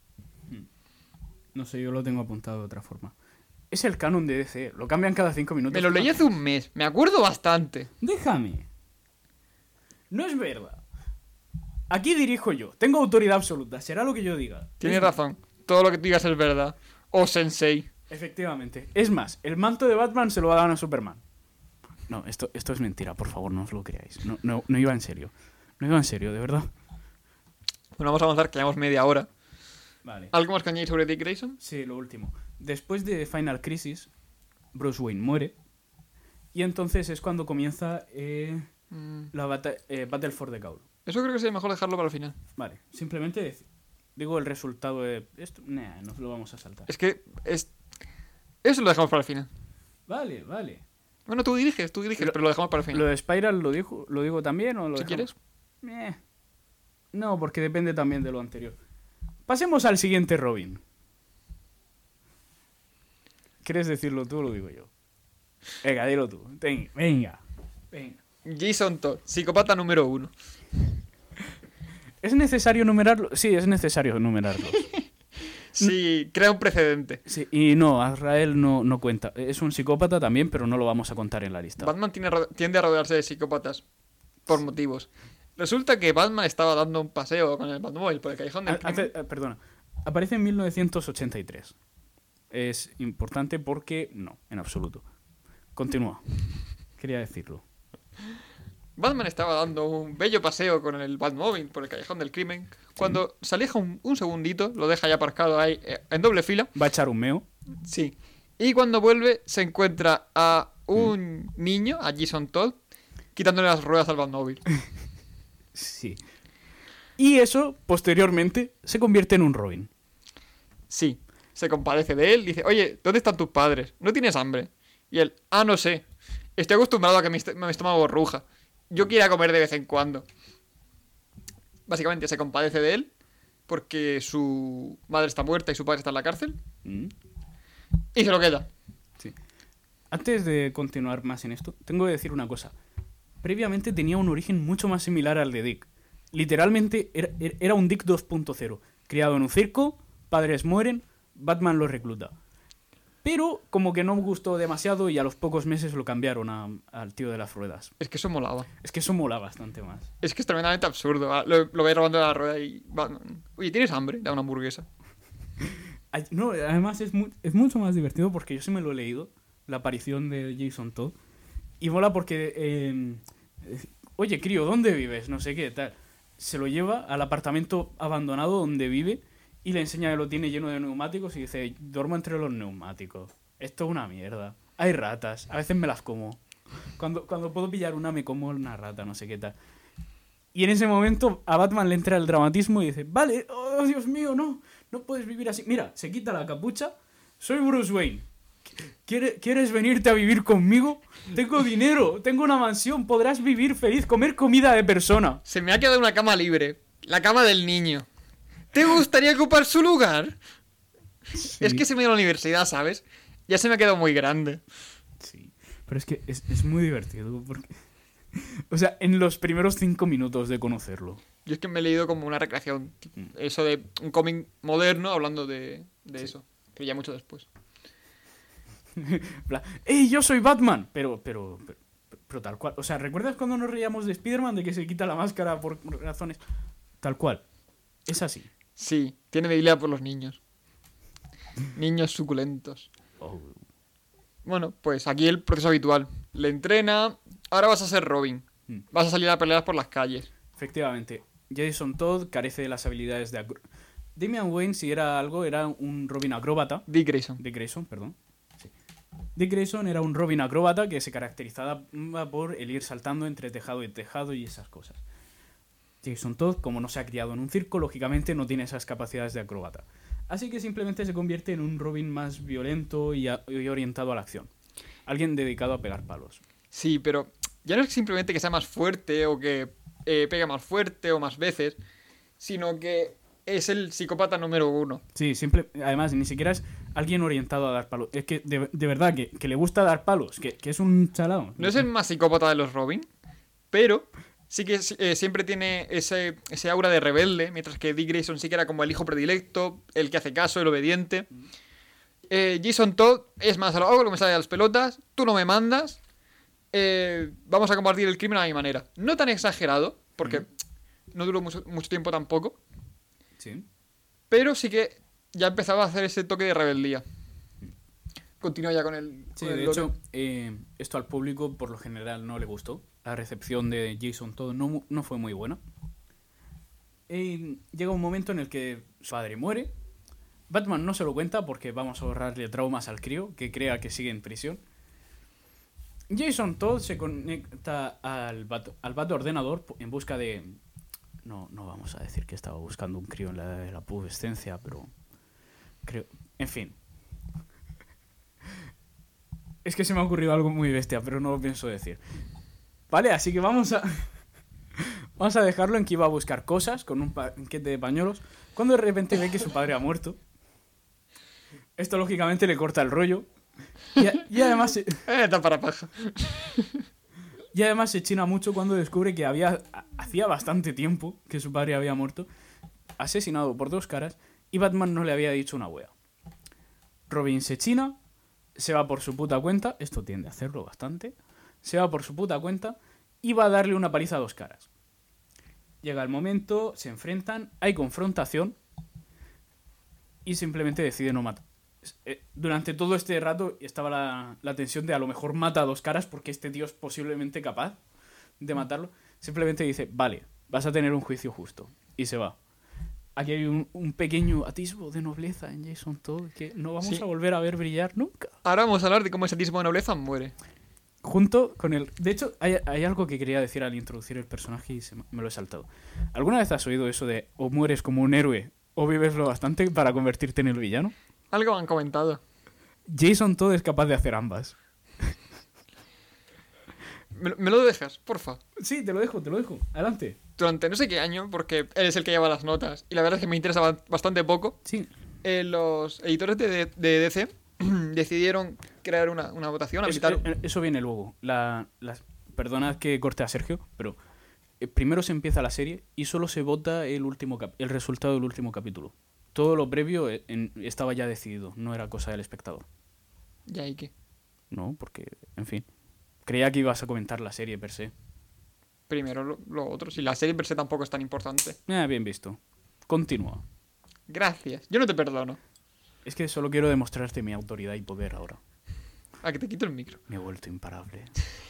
No sé, yo lo tengo apuntado de otra forma. Es el canon de D C. Lo cambian cada cinco minutos. Me lo leí hace un mes. Me acuerdo bastante. Déjame. No es verdad. Aquí dirijo yo. Tengo autoridad absoluta. Será lo que yo diga. Tienes Es- razón. Todo lo que tú digas es verdad. Oh, Sensei. Efectivamente. Es más, el manto de Batman se lo va a dar a Superman. No, esto, esto es mentira. Por favor, no os lo creáis. No, no, no iba en serio. No iba en serio, de verdad. Bueno, vamos a avanzar, que llevamos media hora. Vale. ¿Algo más que añadir sobre Dick Grayson? Sí, lo último. Después de Final Crisis, Bruce Wayne muere. Y entonces es cuando comienza eh, Mm, la bata- eh, Battle for the Cowl. Eso creo que sería mejor dejarlo para el final. Vale, simplemente dec- digo el resultado de esto. Nah, no lo vamos a saltar. Es que es... Eso lo dejamos para el final. Vale, vale. Bueno, tú diriges, tú diriges, Lo- pero lo dejamos para el final. ¿Lo de Spiral lo digo, lo digo también o lo Si dejamos? Eh. No, porque depende también de lo anterior. Pasemos al siguiente Robin. ¿Quieres decirlo tú o lo digo yo? Venga, dilo tú. Venga, venga. venga. Jason Todd, psicópata número uno. ¿Es necesario numerarlo? Sí, es necesario numerarlo. Sí, crea un precedente. Sí, y no, Azrael no, no cuenta. Es un psicópata también, pero no lo vamos a contar en la lista. Batman tiene ro- tiende a rodearse de psicópatas por motivos. Resulta que Batman estaba dando un paseo con el Batmóvil por el callejón del Ah, crimen. hace- ah, perdona. Aparece en mil novecientos ochenta y tres. es importante porque no, en absoluto. Continúa. Quería decirlo. Batman estaba dando un bello paseo con el Batmóvil por el callejón del crimen. Cuando se aleja un, un segundito, lo deja ya aparcado ahí eh, en doble fila. Va a echar un meo. Sí. Y cuando vuelve, se encuentra a un niño, a Jason Todd, quitándole las ruedas al Batmóvil. Sí. Y eso, posteriormente, se convierte en un Robin. Sí. Se compadece de él, dice, oye, ¿dónde están tus padres? ¿No tienes hambre? Y él, ah, no sé. Estoy acostumbrado a que mi, est- mi estómago ruja. Yo quiero comer de vez en cuando. Básicamente se compadece de él porque su madre está muerta y su padre está en la cárcel. Mm. Y se lo queda. Sí. Antes de continuar más en esto, tengo que decir una cosa. Previamente tenía un origen mucho más similar al de Dick. Literalmente era, era un Dick dos punto cero. Criado en un circo, padres mueren, Batman lo recluta. Pero como que no me gustó demasiado y a los pocos meses lo cambiaron a- al tío de las ruedas. Es que eso molaba. Es que eso mola bastante más. Es que es tremendamente absurdo. Ah, Lo, lo ve robando de la rueda y... Batman, oye, ¿tienes hambre? Da una hamburguesa. Ay, no, además es, mu- es mucho más divertido porque yo sí me lo he leído, la aparición de Jason Todd. Y mola porque, eh, eh, oye, crío, ¿dónde vives? No sé qué, tal. Se lo lleva al apartamento abandonado donde vive y le enseña que lo tiene lleno de neumáticos y dice, duermo entre los neumáticos. Esto es una mierda. Hay ratas, a veces me las como. Cuando, cuando puedo pillar una me como una rata, no sé qué tal. Y en ese momento a Batman le entra el dramatismo y dice, vale, oh Dios mío, no, no puedes vivir así. Mira, se quita la capucha, soy Bruce Wayne. ¿Quiere- ¿Quieres venirte a vivir conmigo? Tengo dinero, tengo una mansión, podrás vivir feliz, comer comida de persona. Se me ha quedado una cama libre. La cama del niño. ¿Te gustaría ocupar su lugar? Es que se me dio a la universidad, ¿sabes? Ya se me ha quedado muy grande. Sí, pero es que es, es muy divertido porque... O sea, en los primeros cinco minutos de conocerlo. Yo es que me he leído como una recreación. Eso de un cómic moderno hablando de, de Sí. eso. Que ya mucho después. En plan, ¡ey, yo soy Batman! Pero, pero, pero, pero tal cual. O sea, ¿recuerdas cuando nos reíamos de Spider-Man de que se quita la máscara por razones? Tal cual. Es así. Sí, tiene debilidad por los niños. Niños suculentos. Oh. Bueno, pues aquí el proceso habitual. Le entrena. Ahora vas a ser Robin. Mm. Vas a salir a pelear por las calles. Efectivamente, Jason Todd carece de las habilidades de... acro- Damian Wayne, si era algo, era un Robin acróbata. Dick Grayson. Dick Grayson, perdón. Sí. Dick Grayson era un Robin acróbata que se caracterizaba por el ir saltando entre tejado y tejado y esas cosas. Jason Todd, como no se ha criado en un circo, lógicamente no tiene esas capacidades de acróbata. Así que simplemente se convierte en un Robin más violento y, a- y orientado a la acción. Alguien dedicado a pegar palos. Sí, pero ya no es simplemente que sea más fuerte o que eh, pegue más fuerte o más veces, sino que es el psicópata número uno. Sí, simple, además ni siquiera es alguien orientado a dar palos. Es que de, de verdad que, que le gusta dar palos, que, que es un chalao. No es el más psicópata de los Robin, pero sí que eh, siempre tiene ese, ese aura de rebelde, mientras que Dick Grayson sí que era como el hijo predilecto, el que hace caso, el obediente. Eh, Jason Todd es más, hago lo que me sale de las pelotas, tú no me mandas, eh, vamos a combatir el crimen a mi manera. No tan exagerado, porque Mm. no duró mucho, mucho tiempo tampoco, Sí. pero sí que ya empezaba a hacer ese toque de rebeldía. Continúa ya con el... Sí, con el de lore. hecho, eh, esto al público por lo general no le gustó. La recepción de Jason Todd no, mu- no fue muy buena. Y llega un momento en el que su padre muere. Batman no se lo cuenta porque vamos a ahorrarle traumas al crío, que crea que sigue en prisión. Jason Todd se conecta al bat, al bat ordenador en busca de... No, no vamos a decir que estaba buscando un crío en la, en la pubescencia, pero... Creo... En fin. Es que se me ha ocurrido algo muy bestia, pero no lo pienso decir. Vale, así que vamos a... Vamos a dejarlo en que iba a buscar cosas con un paquete de pañuelos. Cuando de repente ve que su padre ha muerto. Esto lógicamente le corta el rollo. Y, a- y además se, Eh, está para paja. y además se china mucho cuando descubre que había ha- hacía bastante tiempo que su padre había muerto, asesinado por dos caras, y Batman no le había dicho una wea. Robin se china, se va por su puta cuenta, esto tiende a hacerlo bastante, se va por su puta cuenta y va a darle una paliza a dos caras. Llega el momento, se enfrentan, hay confrontación y simplemente decide no matar. eh, durante todo este rato estaba la, la tensión de a lo mejor mata a dos caras porque este tío es posiblemente capaz de matarlo. Simplemente dice, vale, vas a tener un juicio justo. Y se va. Aquí hay un, un pequeño atisbo de nobleza en Jason Todd que no vamos Sí. a volver a ver brillar nunca. Ahora vamos a hablar de cómo ese atisbo de nobleza muere. Junto con el... De hecho, hay, hay algo que quería decir al introducir el personaje y se me, me lo he saltado. ¿Alguna vez has oído eso de o mueres como un héroe o vives lo bastante para convertirte en el villano? Algo han comentado. Jason Todd es capaz de hacer ambas. ¿Me, lo- me lo dejas, porfa? Sí, te lo dejo, te lo dejo. Adelante. Durante no sé qué año, porque él es el que lleva las notas, y la verdad es que me interesa ba- bastante poco, Sí. eh, los editores de, de, de D C decidieron crear una, una votación, Es- habilitar... eh, eso viene luego. La, las, perdonad que corte a Sergio, pero eh, primero se empieza la serie y solo se vota el, último cap- el resultado del último capítulo. Todo lo previo eh, en- estaba ya decidido, no era cosa del espectador. Ya, ¿y qué? No, porque, en fin. Creía que ibas a comentar la serie per se. Primero lo, lo otro, si la serie per se tampoco es tan importante. Eh, bien visto. Continúa. Gracias, yo no te perdono. Es que solo quiero demostrarte mi autoridad y poder ahora. A que te quito el micro. Me he vuelto imparable.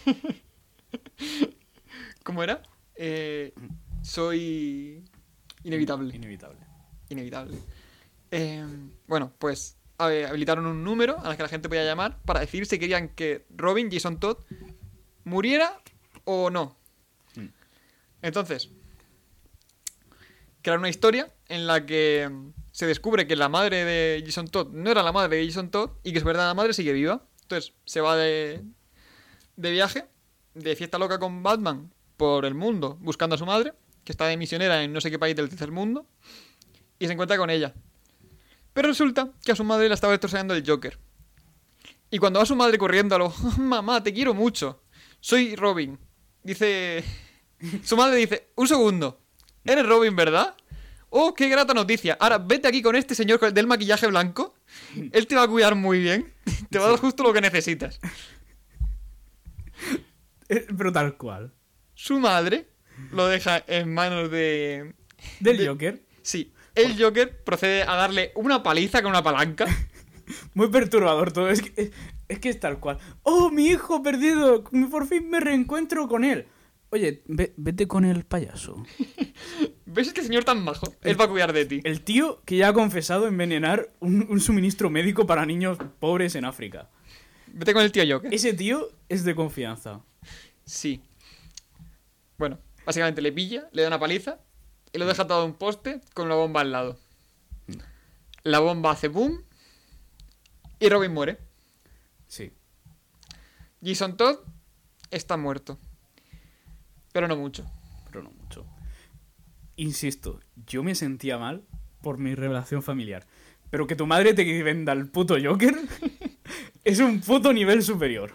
¿Cómo era? Eh, soy inevitable. Inevitable. Inevitable. Eh, bueno, pues a ver, habilitaron un número al que la gente podía llamar para decir si querían que Robin, Jason Todd, muriera o no. Mm. Entonces, crearon una historia en la que mm, se descubre que la madre de Jason Todd no era la madre de Jason Todd y que su verdadera madre sigue viva. Entonces, se va de, de viaje, de fiesta loca con Batman por el mundo buscando a su madre, que está de misionera en no sé qué país del tercer mundo, y se encuentra con ella. Pero resulta que a su madre la estaba destrozando el Joker. Y cuando va su madre corriendo a lo, mamá, te quiero mucho, soy Robin, dice... Su madre dice, un segundo, ¿eres Robin, verdad? Oh, qué grata noticia. Ahora vete aquí con este señor con- del maquillaje blanco. Él te va a cuidar muy bien. Te va a dar justo lo que necesitas. Eh, Pero tal cual. Su madre lo deja en manos de... Del de- Joker. Sí, el Joker procede a darle una paliza con una palanca. Muy perturbador todo. Es que, es, es que es tal cual. ¡Oh, mi hijo perdido! Por fin me reencuentro con él. Oye, ve- vete con el payaso. ¿Ves este señor tan majo? Él va a cuidar de ti. El tío que ya ha confesado envenenar un, un suministro médico para niños pobres en África. Vete con el tío Joker. Ese tío es de confianza. Sí. Bueno, básicamente le pilla, le da una paliza y lo deja atado a un poste con una bomba al lado. La bomba hace boom y Robin muere. Sí. Jason Todd está muerto. Pero no mucho. Pero no mucho. Insisto, yo me sentía mal por mi relación familiar. Pero que tu madre te venda el puto Joker es un puto nivel superior.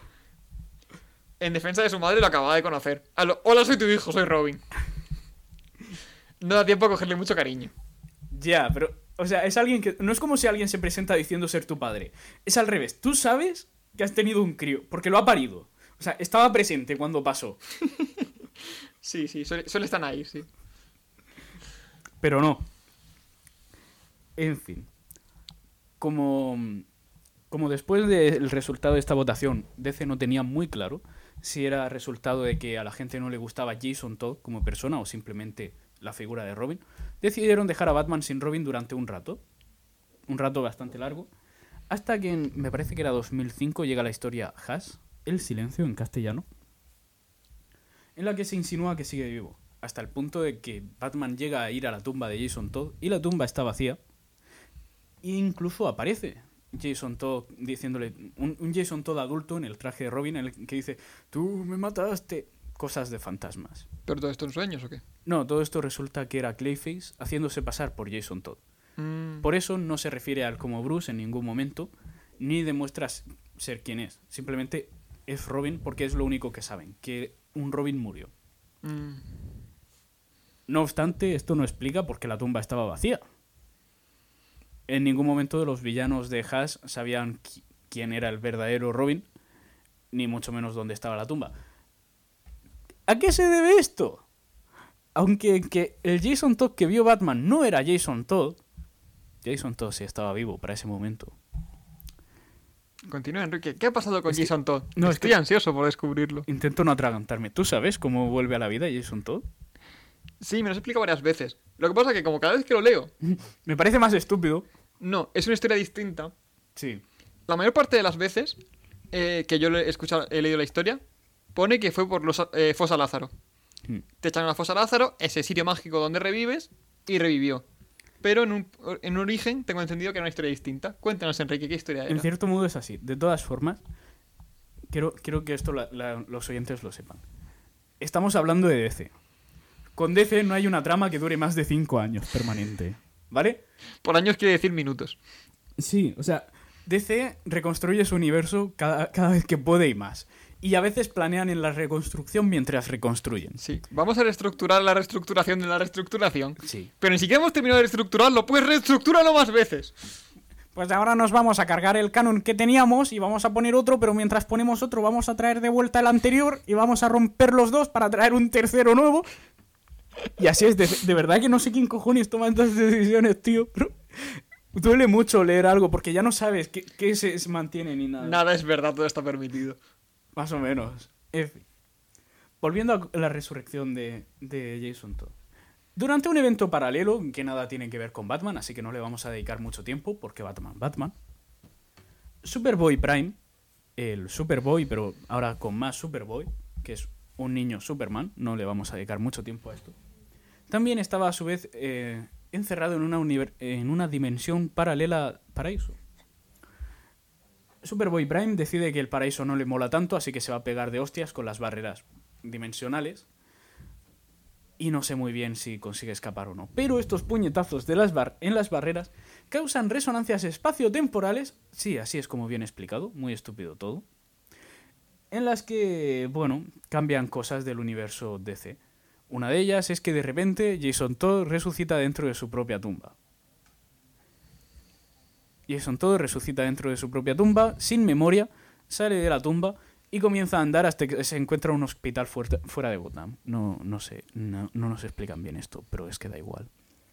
En defensa de su madre lo acababa de conocer. A lo, hola, soy tu hijo, soy Robin. No da tiempo a cogerle mucho cariño. Ya, pero, o sea, es alguien que... No es como si alguien se presenta diciendo ser tu padre. Es al revés. Tú sabes que has tenido un crío, porque lo ha parido. O sea, estaba presente cuando pasó. Sí, sí, suele, suele estar ahí, sí. Pero no. En fin. Como... Como después del resultado de esta votación, D C no tenía muy claro si era resultado de que a la gente no le gustaba Jason Todd como persona o simplemente la figura de Robin, decidieron dejar a Batman sin Robin durante un rato. Un rato bastante largo. Hasta que en, me parece que era dos mil cinco llega la historia Hush, El silencio en castellano, en la que se insinúa que sigue vivo. Hasta el punto de que Batman llega a ir a la tumba de Jason Todd y la tumba está vacía. E incluso aparece Jason Todd diciéndole, un, un Jason Todd adulto en el traje de Robin, en el que dice, tú me mataste, cosas de fantasmas. ¿Pero todo esto en sueños o qué? No, todo esto resulta que era Clayface haciéndose pasar por Jason Todd. Mm, Por eso no se refiere a él como Bruce en ningún momento, ni demuestra ser quien es. Simplemente es Robin porque es lo único que saben, que un Robin murió. mm. No obstante, esto no explica por qué la tumba estaba vacía. En ningún momento los villanos de Hush sabían qui- quién era el verdadero Robin, ni mucho menos dónde estaba la tumba. ¿A qué se debe esto? Aunque que el Jason Todd que vio Batman no era Jason Todd, Jason Todd sí estaba vivo para ese momento. Continúa, Enrique. ¿Qué ha pasado con Es que- Jason Todd? no, es Estoy que- ansioso por descubrirlo. Intento no atragantarme. ¿Tú sabes cómo vuelve a la vida Jason Todd? Sí, me lo has explicado varias veces. Lo que pasa es que como cada vez que lo leo, Me parece más estúpido. no, es una historia distinta. Sí. La mayor parte de las veces eh, que yo le he, escuchado, he leído la historia, pone que fue por los eh, Fosa Lázaro. Hmm. Te echan a la Fosa Lázaro, ese sitio mágico donde revives, y revivió. Pero en un, en un origen tengo entendido que era una historia distinta. Cuéntanos, Enrique, ¿qué historia era? En cierto modo es así. De todas formas, quiero, quiero que esto la- la- los oyentes lo sepan. Estamos hablando de D C. Con D C no hay una trama que dure más de cinco años permanente. ¿Vale? Por años quiere decir minutos. Sí, o sea, D C reconstruye su universo cada, cada vez que puede y más. Y a veces planean en la reconstrucción mientras reconstruyen. Sí, vamos a reestructurar la reestructuración de la reestructuración. Sí. Pero ni siquiera hemos terminado de reestructurarlo, pues reestructúralo más veces. Pues ahora nos vamos a cargar el canon que teníamos y vamos a poner otro, pero mientras ponemos otro vamos a traer de vuelta el anterior y vamos a romper los dos para traer un tercero nuevo. Y así es, de, de verdad que no sé quién cojones toma estas decisiones, tío. Pero duele mucho leer algo porque ya no sabes qué, qué se, se mantiene ni nada. Nada es verdad, todo está permitido. Más o menos. En fin. Volviendo a la resurrección de, de Jason Todd. Durante un evento paralelo, que nada tiene que ver con Batman, así que no le vamos a dedicar mucho tiempo, porque Batman, Batman. Superboy Prime, el Superboy, pero ahora con más Superboy, que es un niño Superman, no le vamos a dedicar mucho tiempo a esto. También estaba a su vez eh, encerrado en una, univer- en una dimensión paralela al paraíso. Superboy Prime decide que el paraíso no le mola tanto, así que se va a pegar de hostias con las barreras dimensionales. Y no sé muy bien si consigue escapar o no. Pero estos puñetazos de las bar- en las barreras causan resonancias espaciotemporales. Sí, así es como bien explicado. Muy estúpido todo. En las que, bueno, cambian cosas del universo D C. Una de ellas es que de repente Jason Todd resucita dentro de su propia tumba. Jason Todd resucita dentro de su propia tumba, sin memoria, sale de la tumba y comienza a andar hasta que se encuentra en un hospital fuerte- fuera de Gotham. No, no sé, no, no nos explican bien esto, pero es que da igual.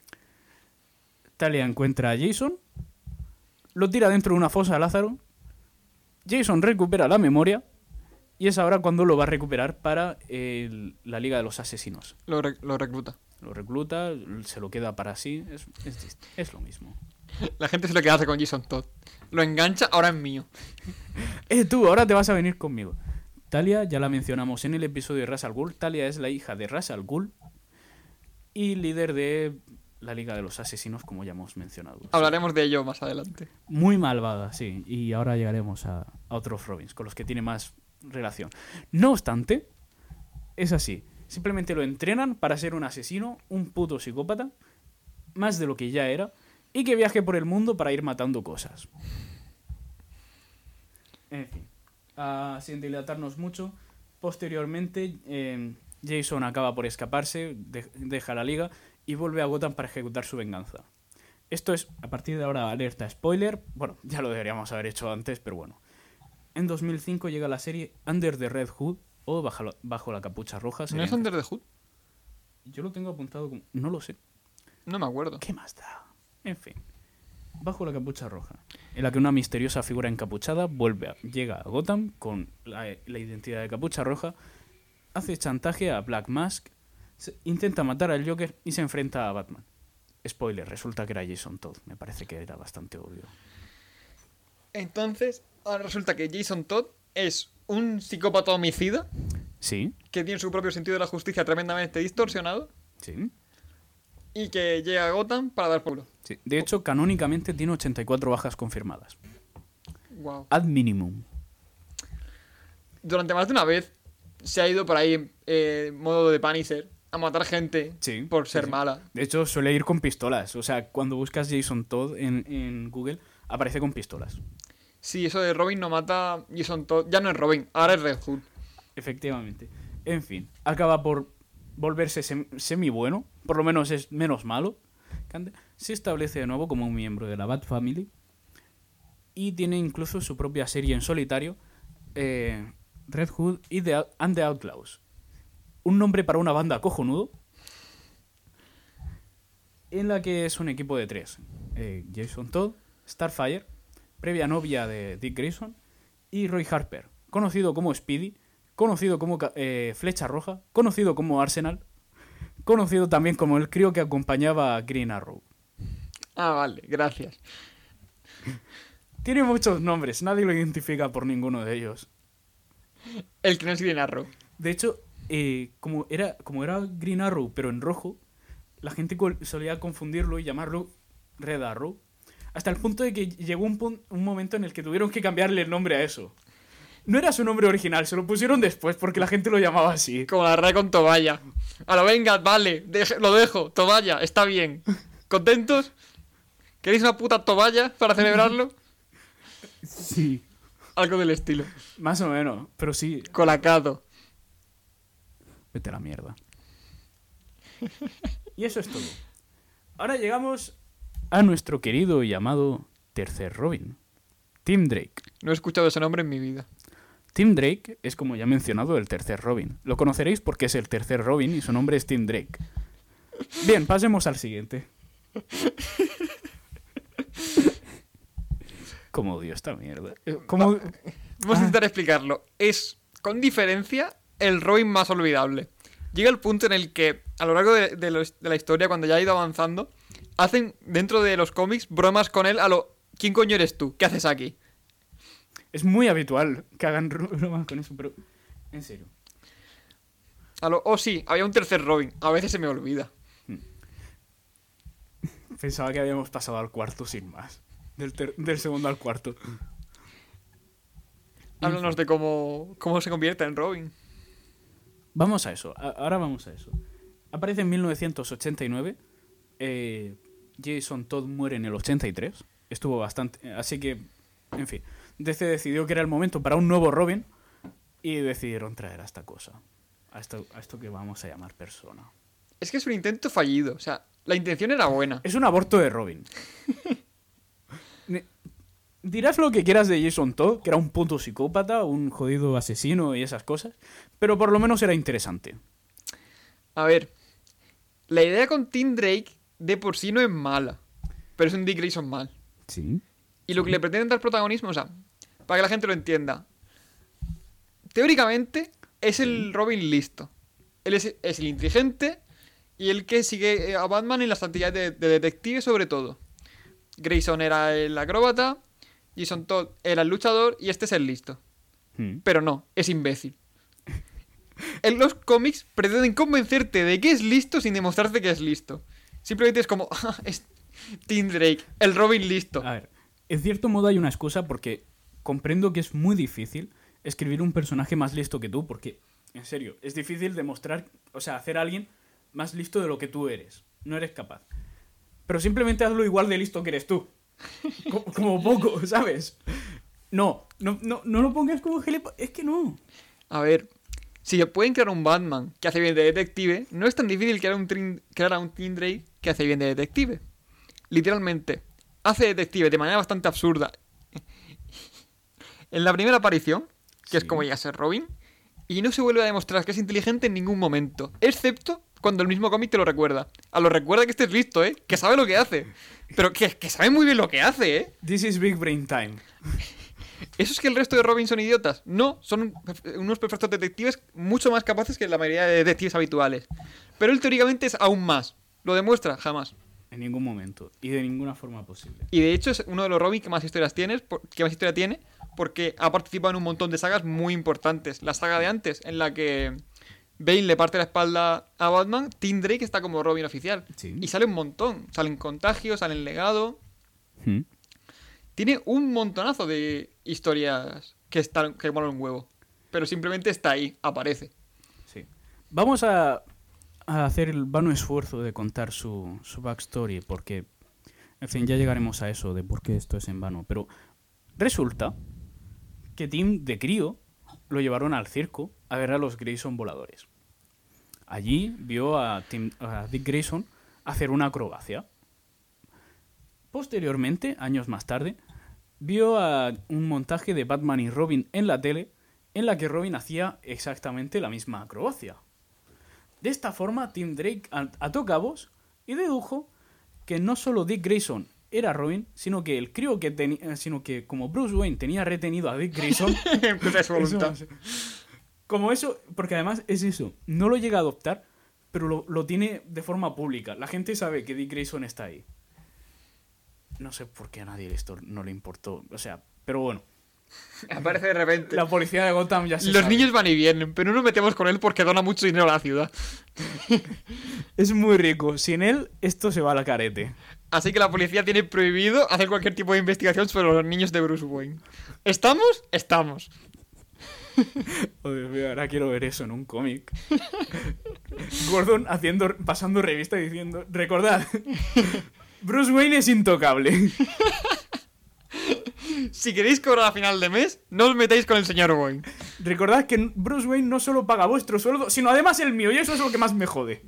Talia encuentra a Jason, lo tira dentro de una fosa a Lázaro, Jason recupera la memoria y es ahora cuando lo va a recuperar para el- la Liga de los Asesinos. Lo, re- lo recluta. Lo recluta, se lo queda para sí, es, es, dist- es lo mismo. La gente se lo que hace con Jason Todd. Lo engancha, ahora es mío. Eh, tú, ahora te vas a venir conmigo. Talia, ya la mencionamos en el episodio de Ra's al Ghul. Talia es la hija de Ra's al Ghul y líder de la Liga de los Asesinos, como ya hemos mencionado. Hablaremos de ello más adelante. Muy malvada, sí. Y ahora llegaremos a, a otros Robins, con los que tiene más relación. No obstante, es así. Simplemente lo entrenan para ser un asesino, un puto psicópata, más de lo que ya era, y que viaje por el mundo para ir matando cosas. En fin, ah, sin dilatarnos mucho, posteriormente eh, Jason acaba por escaparse, de- deja la liga y vuelve a Gotham para ejecutar su venganza. Esto es, a partir de ahora, alerta spoiler. Bueno, ya lo deberíamos haber hecho antes, pero bueno. En dos mil cinco llega la serie Under the Red Hood, o Bajo la, bajo la capucha roja. ¿No sería es en- Under the Hood? Yo lo tengo apuntado como... No lo sé. No me acuerdo. ¿Qué más da? En fin. Bajo la capucha roja, en la que una misteriosa figura encapuchada vuelve a, llega a Gotham con la, la identidad de capucha roja, hace chantaje a Black Mask, se- intenta matar al Joker y se enfrenta a Batman. Spoiler, resulta que era Jason Todd. Me parece que era bastante obvio. Entonces, ahora resulta que Jason Todd es un psicópata homicida Sí, que tiene su propio sentido de la justicia tremendamente distorsionado sí, y que llega a Gotham para dar pueblo. sí. De hecho, canónicamente tiene ochenta y cuatro bajas confirmadas. Wow. Ad minimum. Durante más de una vez se ha ido por ahí en eh, modo de Punisher a matar gente Sí, por sí, ser sí. mala. De hecho, suele ir con pistolas. O sea, cuando buscas Jason Todd en, en Google, aparece con pistolas. Sí, eso de Robin no mata Jason Todd. Ya no es Robin, ahora es Red Hood. Efectivamente. En fin, acaba por volverse sem- semi bueno, por lo menos es menos malo. Se establece de nuevo como un miembro de la Bat Family y tiene incluso su propia serie en solitario, eh, Red Hood y the, Out- and the Outlaws. Un nombre para una banda cojonudo, en la que es un equipo de tres. Eh, Jason Todd, Starfire, previa novia de Dick Grayson, y Roy Harper, conocido como Speedy, conocido como eh, Flecha Roja, conocido como Arsenal, conocido también como el crío que acompañaba a Green Arrow. Ah, vale, gracias. Tiene muchos nombres, nadie lo identifica por ninguno de ellos. El que no es Green Arrow. De hecho, eh, como, era, como era Green Arrow, pero en rojo, la gente col- solía confundirlo y llamarlo Red Arrow. Hasta el punto de que llegó un, pun- un momento en el que tuvieron que cambiarle el nombre a eso. No era su nombre original, se lo pusieron después porque la gente lo llamaba así. Como la raya con toalla. A lo venga, vale, deje- lo dejo, toalla, está bien. ¿Contentos? ¿Queréis una puta toalla para celebrarlo? Sí. Algo del estilo. Más o menos, pero sí. Colacado. Vete a la mierda. Y eso es todo. Ahora llegamos a nuestro querido y amado tercer Robin, Tim Drake. No he escuchado ese nombre en mi vida. Tim Drake es, como ya he mencionado, el tercer Robin. Lo conoceréis porque es el tercer Robin y su nombre es Tim Drake. Bien, pasemos al siguiente. ¿Cómo odio esta mierda? ¿Cómo... Vamos a Ah. intentar explicarlo. Es, con diferencia, el Robin más olvidable. Llega el punto en el que, a lo largo de, de los- de la historia, cuando ya ha ido avanzando, hacen dentro de los cómics bromas con él a lo... ¿Quién coño eres tú? ¿Qué haces aquí? Es muy habitual que hagan bromas con eso, pero... En serio. A lo... Oh, sí, había un tercer Robin. A veces se me olvida. Pensaba que habíamos pasado al cuarto sin más. Del, ter- del segundo al cuarto. Háblanos de cómo, cómo se convierte en Robin. Vamos a eso. A- ahora vamos a eso. Aparece en mil novecientos ochenta y nueve. Eh, Jason Todd muere en el ochenta y tres. Estuvo bastante... Así que, en fin. D C decidió que era el momento para un nuevo Robin. Y decidieron traer a esta cosa. A esto, a esto que vamos a llamar persona. Es que es un intento fallido. O sea, la intención era buena. Es un aborto de Robin. Ne- Dirás lo que quieras de Jason Todd, que era un puto psicópata, un jodido asesino y esas cosas, pero por lo menos era interesante. A ver, la idea con Tim Drake de por sí no es mala, pero es un Dick Grayson mal. Sí. Y lo que le pretenden dar protagonismo, o sea, para que la gente lo entienda, teóricamente es el Robin listo. Él es, es el inteligente y el que sigue a Batman en las actividades de, de detective sobre todo. Grayson era el acróbata, Jason Todd era el luchador y este es el listo. Hmm. Pero no, es imbécil. En los cómics pretenden convencerte de que es listo sin demostrarte que es listo. Simplemente es como, "Ah, es Tim Drake, el Robin listo". A ver, en cierto modo hay una excusa porque comprendo que es muy difícil escribir un personaje más listo que tú, porque, en serio, es difícil demostrar, o sea, hacer a alguien más listo de lo que tú eres. No eres capaz. Pero simplemente hazlo igual de listo que eres tú. Como, como poco, ¿sabes? No, no, no, no lo pongas como gilipo... Es que no. A ver, si pueden crear un Batman que hace bien de detective, no es tan difícil crear un, trin- crear a un Tim Drake que hace bien de detective. Literalmente, hace detective de manera bastante absurda. En la primera aparición, que es Sí. como llega a ser Robin, y no se vuelve a demostrar que es inteligente en ningún momento, excepto cuando el mismo cómic te lo recuerda. A lo recuerda que estés listo, ¿eh? Que sabe lo que hace. Pero que, que sabe muy bien lo que hace, ¿eh? This is Big Brain Time. ¿Eso es que el resto de Robin son idiotas? No, son unos perfectos detectives mucho más capaces que la mayoría de detectives habituales. Pero él teóricamente es aún más. ¿Lo demuestra? Jamás. En ningún momento. Y de ninguna forma posible. Y de hecho es uno de los Robin que más historias tienes, por- que más historia tiene, porque ha participado en un montón de sagas muy importantes. La saga de antes, en la que Bane le parte la espalda a Batman, Tim Drake está como Robin oficial. Sí. Y sale un montón. Salen contagios, salen legado. Hmm. Tiene un montonazo de historias que están que molan un huevo. Pero simplemente está ahí, aparece. Sí. Vamos a, a hacer el vano esfuerzo de contar su, su backstory, porque, en fin, ya llegaremos a eso de por qué esto es en vano. Pero resulta que Tim, de crío, lo llevaron al circo a ver a los Grayson voladores. Allí vio a, Tim, a Dick Grayson hacer una acrobacia. Posteriormente, años más tarde, vio a un montaje de Batman y Robin en la tele en la que Robin hacía exactamente la misma acrobacia. De esta forma, Tim Drake ató cabos y dedujo que no solo Dick Grayson era Robin, sino que el crío que tenía, sino que como Bruce Wayne tenía retenido a Dick Grayson, Empieza su voluntad. eso- como eso, porque además es eso, no lo llega a adoptar, pero lo, lo tiene de forma pública. La gente sabe que Dick Grayson está ahí. No sé por qué a nadie esto no le importó, o sea, pero bueno, Aparece de repente. la policía de Gotham ya se Los sabe. niños van y vienen, pero no nos metemos con él porque dona mucho dinero a la ciudad. Es muy rico, sin él esto se va al carete. Así que la policía tiene prohibido hacer cualquier tipo de investigación sobre los niños de Bruce Wayne. ¿Estamos? Estamos. Oh, Dios mío, ahora quiero ver eso en un cómic. Gordon haciendo, pasando revista y diciendo, recordad, Bruce Wayne es intocable. Si queréis cobrar a final de mes, no os metáis con el señor Wayne. Recordad que Bruce Wayne no solo paga vuestro sueldo, sino además el mío, y eso es lo que más me jode.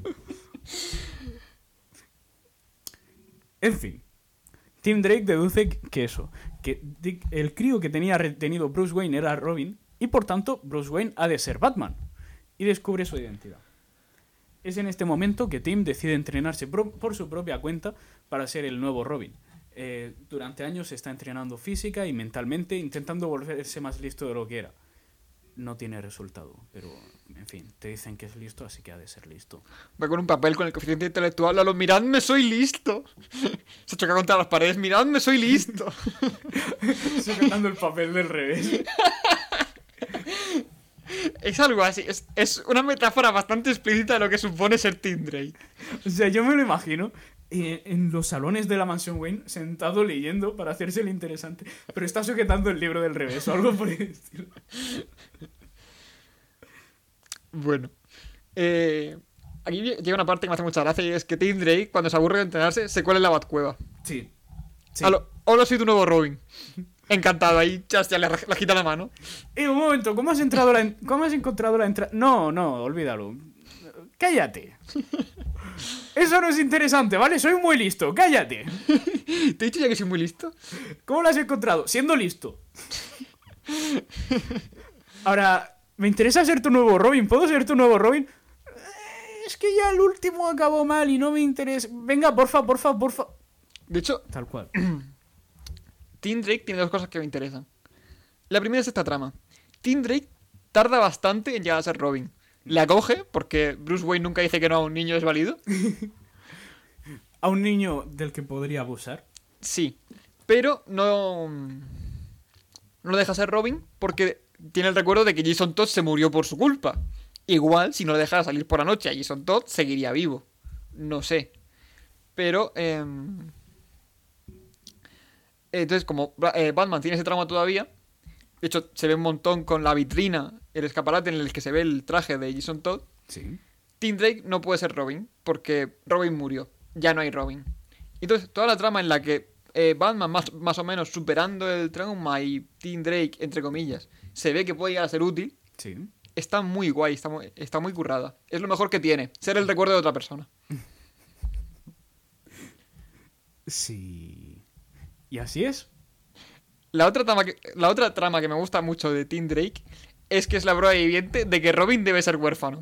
En fin, Tim Drake deduce que eso, que Dick- el crío que tenía retenido Bruce Wayne era Robin, y por tanto Bruce Wayne ha de ser Batman, y descubre su identidad. Es en este momento que Tim decide entrenarse pro- por su propia cuenta para ser el nuevo Robin. Eh, durante años se está entrenando física y mentalmente, intentando volverse más listo de lo que era. No tiene resultado, pero en fin, te dicen que es listo, así que ha de ser listo. Va con un papel con el coeficiente intelectual. Lalo, miradme, soy listo. Se choca contra las paredes. Miradme, soy listo. Sujetando el papel del revés. Es algo así. Es, es una metáfora bastante explícita de lo que supone ser Tim Drake. O sea, yo me lo imagino eh, en los salones de la mansión Wayne, sentado leyendo para hacerse el interesante, pero está sujetando el libro del revés o algo por el estilo. Bueno. Eh, aquí llega una parte que me hace mucha gracia y es que Tim Drake, cuando se aburre de entrenarse, se cuela en la Batcueva. Sí. sí. Halo, hola, soy tu nuevo Robin. Encantado, ahí chastia, le, le quita la mano. Eh, un momento, ¿cómo has entrado la en- ¿cómo has encontrado la entrada? No, no, olvídalo. Cállate. Eso no es interesante, ¿vale? Soy muy listo, cállate. ¿Te he dicho ya que soy muy listo? ¿Cómo lo has encontrado? Siendo listo. Ahora, me interesa ser tu nuevo Robin. ¿Puedo ser tu nuevo Robin? Eh, Es que ya el último acabó mal y no me interesa. Venga, porfa, porfa, porfa. De hecho, Tal cual. Tim Drake tiene dos cosas que me interesan. La primera es esta trama. Tim Drake tarda bastante en llegar a ser Robin. La coge, porque Bruce Wayne nunca dice que no a un niño es válido. A un niño del que podría abusar. Sí, pero no... No lo deja ser Robin porque tiene el recuerdo de que Jason Todd se murió por su culpa. Igual, si no lo dejara salir por la noche a Jason Todd, seguiría vivo. No sé. Pero... em, Entonces, como eh, Batman tiene ese trauma todavía, de hecho, se ve un montón con la vitrina, el escaparate en el que se ve el traje de Jason Todd. Sí. Tim Drake no puede ser Robin, porque Robin murió. Ya no hay Robin. Entonces, toda la trama en la que eh, Batman, más, más o menos superando el trauma y Tim Drake, entre comillas, se ve que puede llegar a ser útil, Sí. está muy guay, está muy, está muy currada. Es lo mejor que tiene, ser el recuerdo de otra persona. Sí. ¿Y así es? La otra, trama que, la otra trama que me gusta mucho de Tim Drake es que es la prueba viviente de que Robin debe ser huérfano.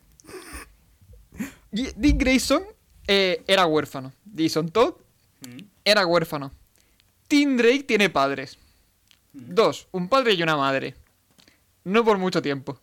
Y Dick Grayson eh, era huérfano. Jason Todd era huérfano. Tim Drake tiene padres. Dos, un padre y una madre. No por mucho tiempo.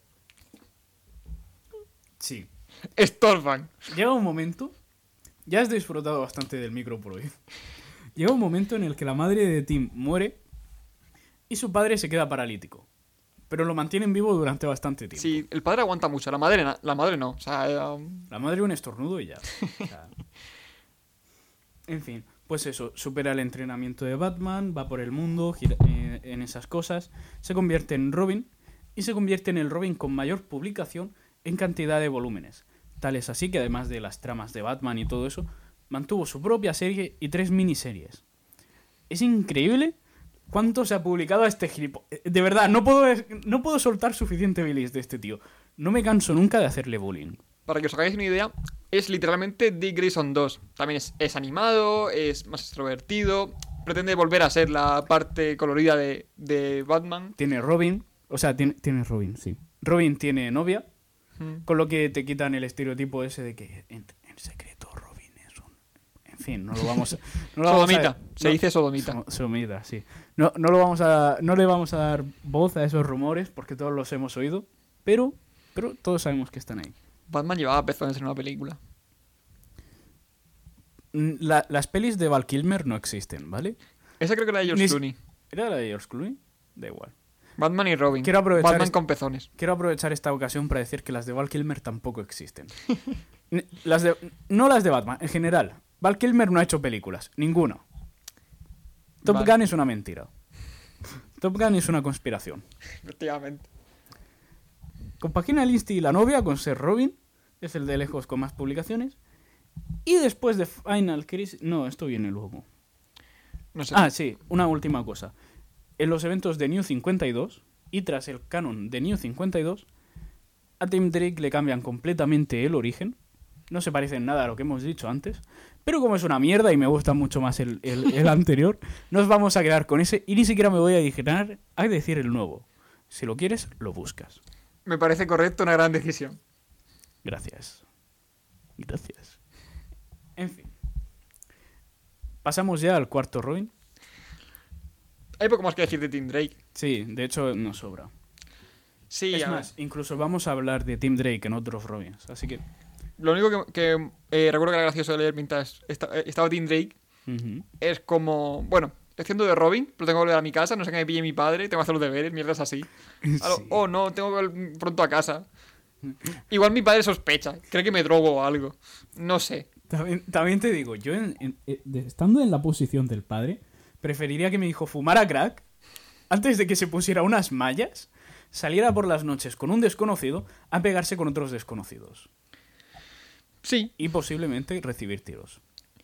Sí. Estorban. Llega un momento... Ya has disfrutado bastante del micro por hoy. Llega un momento en el que la madre de Tim muere y su padre se queda paralítico. Pero lo mantienen vivo durante bastante tiempo. Sí, el padre aguanta mucho, la madre, na- la madre no. O sea, eh, La madre un estornudo y ya. O sea, en fin, pues eso, supera el entrenamiento de Batman, va por el mundo, gira- eh, en esas cosas, se convierte en Robin y se convierte en el Robin con mayor publicación en cantidad de volúmenes. Tal es así que además de las tramas de Batman y todo eso, mantuvo su propia serie y tres miniseries. Es increíble cuánto se ha publicado a este gilipollas. De verdad, no puedo, no puedo soltar suficiente bilis de este tío. No me canso nunca de hacerle bullying. para que os hagáis una idea, es literalmente Dick Grayson dos. También es, es animado, es más extrovertido, pretende volver a ser la parte colorida de, de Batman. Tiene Robin, o sea, tiene, tiene Robin, sí. Robin tiene novia, Mm. con lo que te quitan el estereotipo ese de que en, en secreto Robin es un... En fin, no lo vamos a... No lo vamos Sodomita, a- se no- dice sodomita. So- Sodomita, sí. No, no, lo vamos a, no le vamos a dar voz a esos rumores porque todos los hemos oído, pero, pero todos sabemos que están ahí. Batman llevaba pezones en una película. Mm, la- las pelis de Val Kilmer no existen, ¿vale? Esa creo que era de George Ni- Clooney. ¿Era la de George Clooney? Da igual. Batman y Robin. Quiero aprovechar Batman est- con pezones. Quiero aprovechar esta ocasión para decir que las de Val Kilmer tampoco existen. N- las de, no las de Batman, en general. Val Kilmer no ha hecho películas, ninguna. Top Vale. Gun es una mentira. Top Gun es una conspiración. Efectivamente. Compagina el Insti y la novia con ser Robin, es el de lejos con más publicaciones. Y después de Final Crisis... No, esto viene luego. No sé. Ah, sí, una última cosa. En los eventos de New cincuenta y dos, y tras el canon de New cincuenta y dos, a Tim Drake le cambian completamente el origen. No se parece en nada a lo que hemos dicho antes. Pero como es una mierda y me gusta mucho más el, el- el anterior, nos vamos a quedar con ese y ni siquiera me voy a dignar a decir el nuevo. Si lo quieres, lo buscas. Me parece correcto, una gran decisión. Gracias. Gracias. En fin. Pasamos ya al cuarto Robin. Hay poco más que decir de Tim Drake. Sí, de hecho nos sobra. Sí, es a ver. más, incluso vamos a hablar de Tim Drake en otros Robins. Así que... Lo único que, que, eh, recuerdo que era gracioso de leer mientras esta- eh, estaba Tim Drake Ujú. es como, bueno, estoy haciendo de Robin, pero tengo que volver a mi casa, no sé que me pille mi padre, tengo que hacer los deberes, mierdas así. A lo- Sí. Oh, no, tengo que volver pronto a casa. Igual mi padre sospecha, cree que me drogo o algo. No sé. También, también te digo, yo en- en- eh, de- estando en la posición del padre, preferiría que mi hijo fumara crack antes de que se pusiera unas mallas, saliera por las noches con un desconocido a pegarse con otros desconocidos. Sí, Y posiblemente recibir tiros.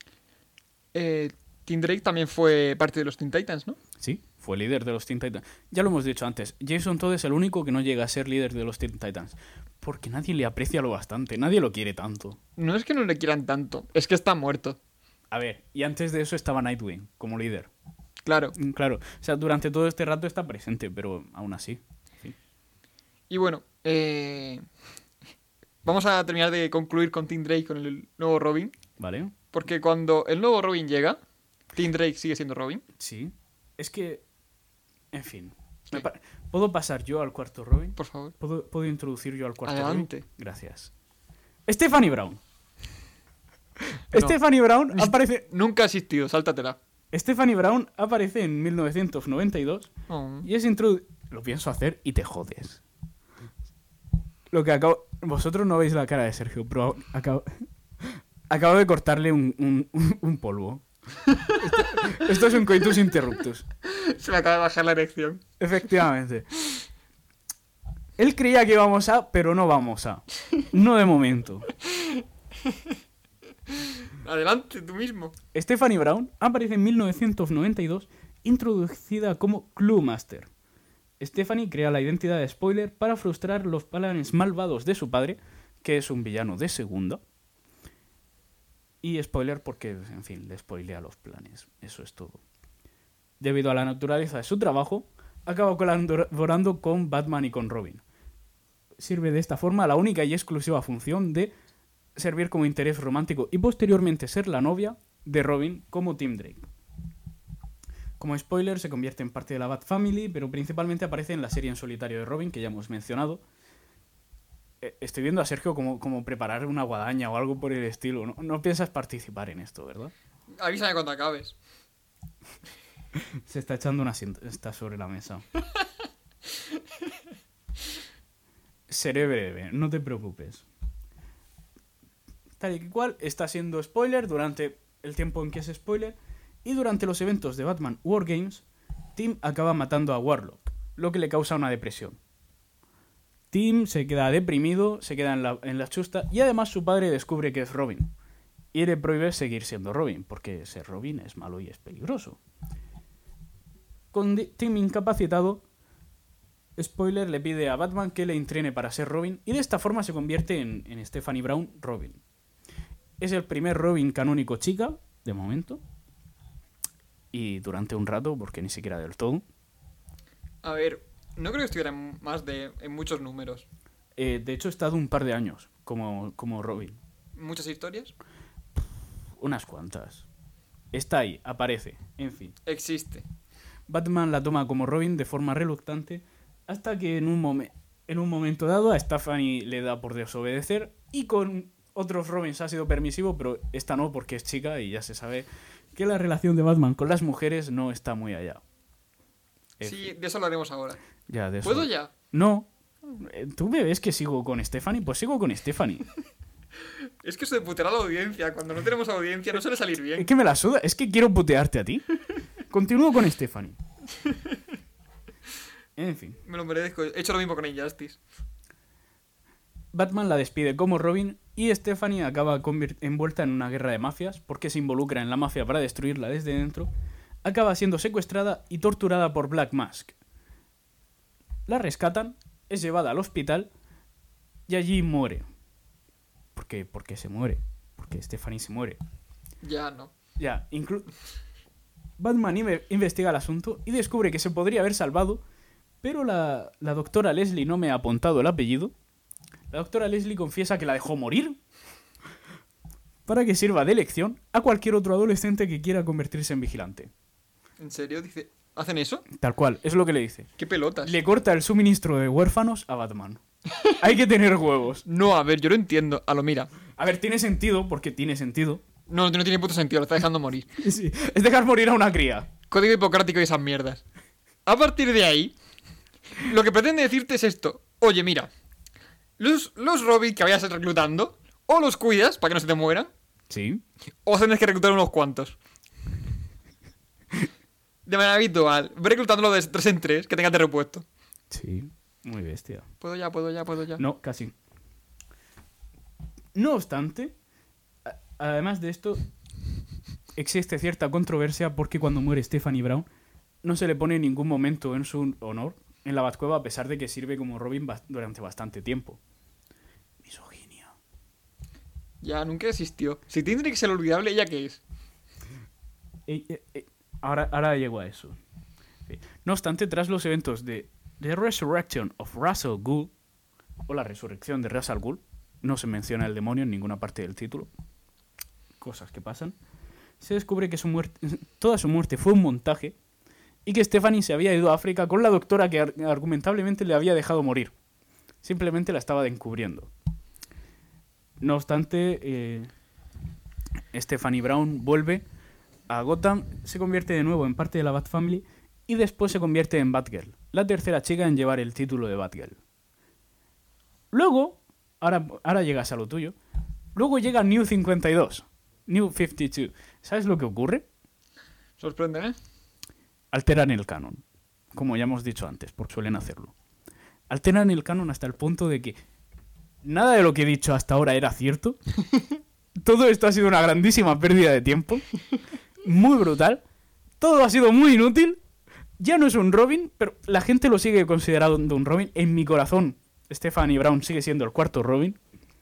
eh, Tim Drake también fue parte de los Teen Titans, ¿no? Sí, fue líder de los Teen Titans. Ya lo hemos dicho antes, Jason Todd es el único que no llega a ser líder de los Teen Titans. Porque nadie le aprecia lo bastante, nadie lo quiere tanto. No es que no le quieran tanto, es que está muerto. A ver, y antes de eso estaba Nightwing como líder. Claro. Mm, Claro, o sea, durante todo este rato está presente, pero aún así. Sí. Y bueno, eh, vamos a terminar de concluir con Tim Drake, con el nuevo Robin. ¿Vale? Porque cuando el nuevo Robin llega, Tim Drake sigue siendo Robin. Sí. Es que, en fin. me Sí. pa- ¿Puedo pasar yo al cuarto Robin? Por favor. ¿Puedo, puedo introducir yo al cuarto Adelante. Robin? Gracias. Stephanie Brown. No. Stephanie Brown Ni- aparece... Nunca ha existido, sáltatela. Stephanie Brown aparece en mil novecientos noventa y dos Oh. y es introdu... Lo pienso hacer y te jodes. Lo que acabo... Vosotros no veis la cara de Sergio, pero acabo... Acabo de cortarle un, un- un- un polvo. Esto, esto es un coitus interruptus. Se me acaba de bajar la erección. Efectivamente. Él creía que íbamos a, pero no vamos a. No de momento. Adelante, tú mismo. Stephanie Brown aparece en mil novecientos noventa y dos introducida como Clue Master. Stephanie crea la identidad de Spoiler para frustrar los planes malvados de su padre, que es un villano de segunda. Y Spoiler porque, en fin, le spoilea los planes. Eso es todo. Debido a la naturaleza de su trabajo, acaba colaborando con Batman y con Robin. Sirve de esta forma la única y exclusiva función de servir como interés romántico y posteriormente ser la novia de Robin como Tim Drake. Como Spoiler se convierte en parte de la Bat Family, pero principalmente aparece en la serie en solitario de Robin, que ya hemos mencionado. Eh, Estoy viendo a Sergio como, como preparar una guadaña o algo por el estilo. No, no piensas participar en esto, ¿verdad? Avísame cuando acabes. Se está echando una siesta sobre la mesa. Seré breve, no te preocupes. Tal y cual, está siendo Spoiler durante el tiempo en que es Spoiler, y durante los eventos de Batman War Games, Tim acaba matando a Warlock, lo que le causa una depresión. Tim se queda deprimido, se queda en la, en la chusta, y además su padre descubre que es Robin, y le prohíbe seguir siendo Robin, porque ser Robin es malo y es peligroso. Con Di- Tim incapacitado, Spoiler le pide a Batman que le entrene para ser Robin, y de esta forma se convierte en, en Stephanie Brown Robin. Es el primer Robin canónico chica, de momento, y durante un rato, porque ni siquiera del todo. A ver, no creo que estuviera en más de... en muchos números. Eh, de hecho, he estado un par de años como, como Robin. Muchas historias. Unas cuantas. Está ahí, aparece, en fin. Existe. Batman la toma como Robin de forma reluctante hasta que en un, momen- en un momento dado a Stephanie le da por desobedecer y con otros Robins ha sido permisivo, pero esta no porque es chica y ya se sabe que la relación de Batman con las mujeres no está muy allá. En Sí, fin, de eso hablaremos ahora. ya de eso. ¿Puedo ya? No. Eh, ¿Tú me ves que sigo con Stephanie? Pues sigo con Stephanie. Es que se puteará la audiencia. Cuando no tenemos audiencia no suele salir Es bien. que me la suda, es que quiero putearte a ti. Continúo con Stephanie. En fin. Me lo merezco. He hecho lo mismo con Injustice. Batman la despide como Robin y Stephanie acaba convirt- envuelta en una guerra de mafias porque se involucra en la mafia para destruirla desde dentro. Acaba siendo secuestrada y torturada por Black Mask. La rescatan, es llevada al hospital y allí muere. ¿Por qué? ¿Por qué se muere? Porque Stephanie se muere. Ya no. Ya, inclu- Batman inve- investiga el asunto y descubre que se podría haber salvado, pero la, la doctora Leslie no me ha apuntado el apellido. La doctora Leslie confiesa que la dejó morir para que sirva de lección a cualquier otro adolescente que quiera convertirse en vigilante. ¿En serio? Dice... ¿Hacen eso? Tal cual, es lo que le dice. ¿Qué pelotas? Le corta el suministro de huérfanos a Batman. Hay que tener huevos. No, a ver, yo lo entiendo. A lo mira. A ver, tiene sentido, porque tiene sentido. No, no tiene puto sentido. Lo está dejando morir. Sí, es dejar morir a una cría. Código hipocrático y esas mierdas. A partir de ahí, lo que pretende decirte es esto. Oye, mira. Los, los Robin que vayas reclutando, o los cuidas para que no se te mueran, Sí. o tienes que reclutar unos cuantos. De manera habitual. Ve reclutándolo de tres en tres, que tengas de repuesto. Sí, muy bestia. Puedo ya, puedo ya, puedo ya. No, casi. No obstante, a- además de esto, existe cierta controversia porque cuando muere Stephanie Brown no se le pone ningún momento en su honor en la Batcueva a pesar de que sirve como Robin bas- durante bastante tiempo. Misoginia. Ya, nunca existió. Si tiene que ser olvidable, ¿ella qué es? Eh, eh, eh, ahora, ahora llego a eso. Sí. No obstante, tras los eventos de The Resurrection of Ra's al Ghul, o la resurrección de Ra's al Ghul, no se menciona el demonio en ninguna parte del título, cosas que pasan, se descubre que su muerte, toda su muerte fue un montaje y que Stephanie se había ido a África con la doctora que ar- argumentablemente le había dejado morir. Simplemente la estaba encubriendo. No obstante, eh, Stephanie Brown vuelve a Gotham, se convierte de nuevo en parte de la Bat Family y después se convierte en Batgirl, la tercera chica en llevar el título de Batgirl. Luego, ahora, ahora llegas a lo tuyo, luego llega New cincuenta y dos, New cincuenta y dos. ¿Sabes lo que ocurre? Sorprende, ¿eh? Alteran el canon, como ya hemos dicho antes, porque suelen hacerlo. Alteran el canon hasta el punto de que nada de lo que he dicho hasta ahora era cierto. Todo esto ha sido una grandísima pérdida de tiempo. Muy brutal. Todo ha sido muy inútil. Ya no es un Robin, pero la gente lo sigue considerando un Robin. En mi corazón, Stephanie Brown sigue siendo el cuarto Robin.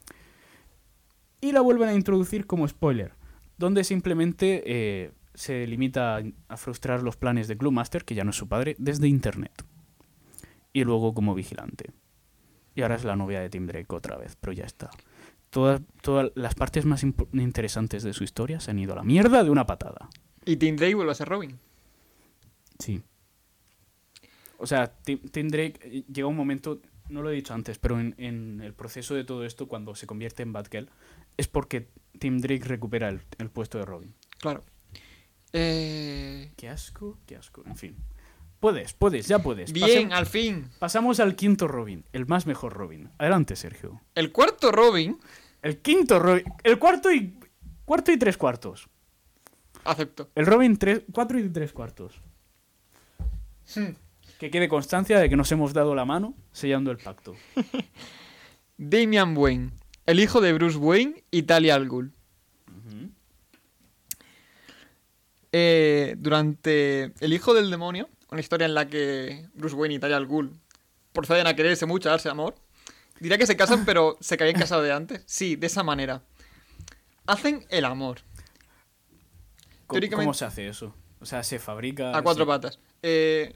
Y la vuelven a introducir como spoiler, donde simplemente eh, se limita a frustrar los planes de Cluemaster, que ya no es su padre, desde internet. Y luego como vigilante. Y ahora es la novia de Tim Drake otra vez, pero ya está. Todas, todas las partes más imp- interesantes de su historia se han ido a la mierda de una patada. Y Tim Drake vuelve a ser Robin. Sí. O sea, Tim, Tim Drake eh, llega un momento, no lo he dicho antes, pero en, en el proceso de todo esto, cuando se convierte en Batgirl, es porque Tim Drake recupera el, el puesto de Robin. Claro. Eh... Qué asco, qué asco, en fin. Puedes, puedes, ya puedes. Bien, Pasem- al fin. pasamos al quinto Robin, el más mejor Robin. Adelante, Sergio. El cuarto Robin. El quinto Robin, el cuarto y cuarto y tres cuartos. Acepto. El Robin tres, cuatro y tres cuartos. Hmm. Que quede constancia de que nos hemos dado la mano sellando el pacto. Damian Wayne. El hijo de Bruce Wayne y Talia al Ghul. Ujú. Eh, durante El hijo del demonio, una historia en la que Bruce Wayne y Talia al Ghul proceden a quererse mucho, a darse amor. Diría que se casan, pero se que habían casado de antes. Sí, de esa manera. Hacen el amor. ¿Cómo, Teóricamente- cómo se hace eso? O sea, se fabrica... A cuatro se- patas. Eh,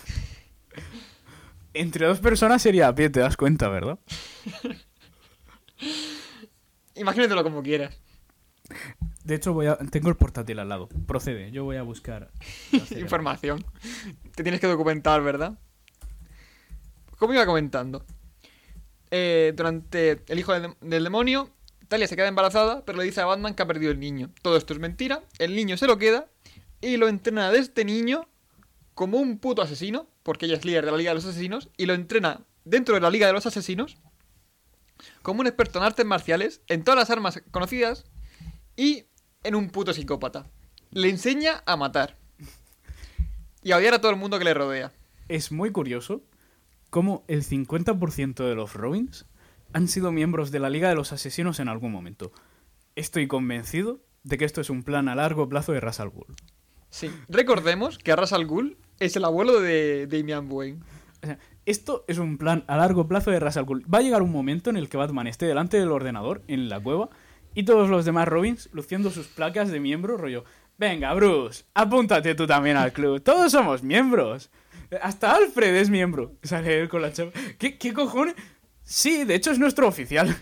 Entre dos personas sería a pie, te das cuenta, ¿verdad? imagínatelo como quieras. De hecho, voy a... tengo el portátil al lado. Procede, yo voy a buscar la serie. Información. Te tienes que documentar, ¿verdad? Como iba comentando. Eh, durante el hijo del, del demonio, Talia se queda embarazada, pero le dice a Batman que ha perdido el niño. Todo esto es mentira. El niño se lo queda y lo entrena de este niño como un puto asesino, porque ella es líder de la Liga de los Asesinos, y lo entrena dentro de la Liga de los Asesinos como un experto en artes marciales, en todas las armas conocidas y en un puto psicópata. Le enseña a matar y a odiar a todo el mundo que le rodea. Es muy curioso cómo el cincuenta por ciento de los Robins han sido miembros de la Liga de los Asesinos en algún momento. Estoy convencido de que esto es un plan a largo plazo de Ra's al Ghul. Sí. Recordemos que Ra's al Ghul es el abuelo de Damian Wayne. O sea, esto es un plan a largo plazo de Ra's al Ghul. Va a llegar un momento en el que Batman esté delante del ordenador, en la cueva, y todos los demás Robins luciendo sus placas de miembro, rollo, venga, Bruce, apúntate tú también al club, todos somos miembros. Hasta Alfred es miembro. Sale él con la chapa. ¿Qué, qué cojones? Sí, de hecho es nuestro oficial.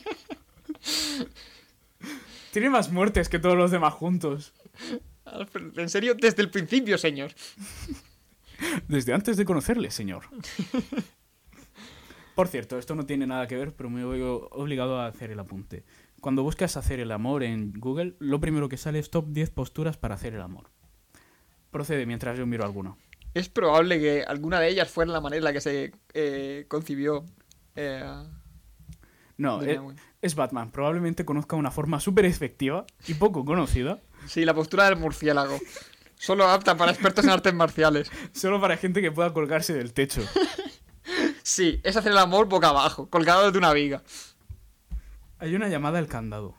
Tiene más muertes que todos los demás juntos. Alfred, en serio, desde el principio, señor. Desde antes de conocerle, señor. Por cierto, esto no tiene nada que ver, pero me veo obligado a hacer el apunte. Cuando buscas hacer el amor en Google, lo primero que sale es top diez posturas para hacer el amor. Procede mientras yo miro alguno. Es probable que alguna de ellas fuera la manera en la que se eh, concibió. Eh, no, es, es Batman. Probablemente conozca una forma súper efectiva y poco conocida. Sí, la postura del murciélago. Solo apta para expertos en artes marciales. Solo para gente que pueda colgarse del techo. Sí, es hacer el amor boca abajo, colgado de una viga. Hay una llamada al candado.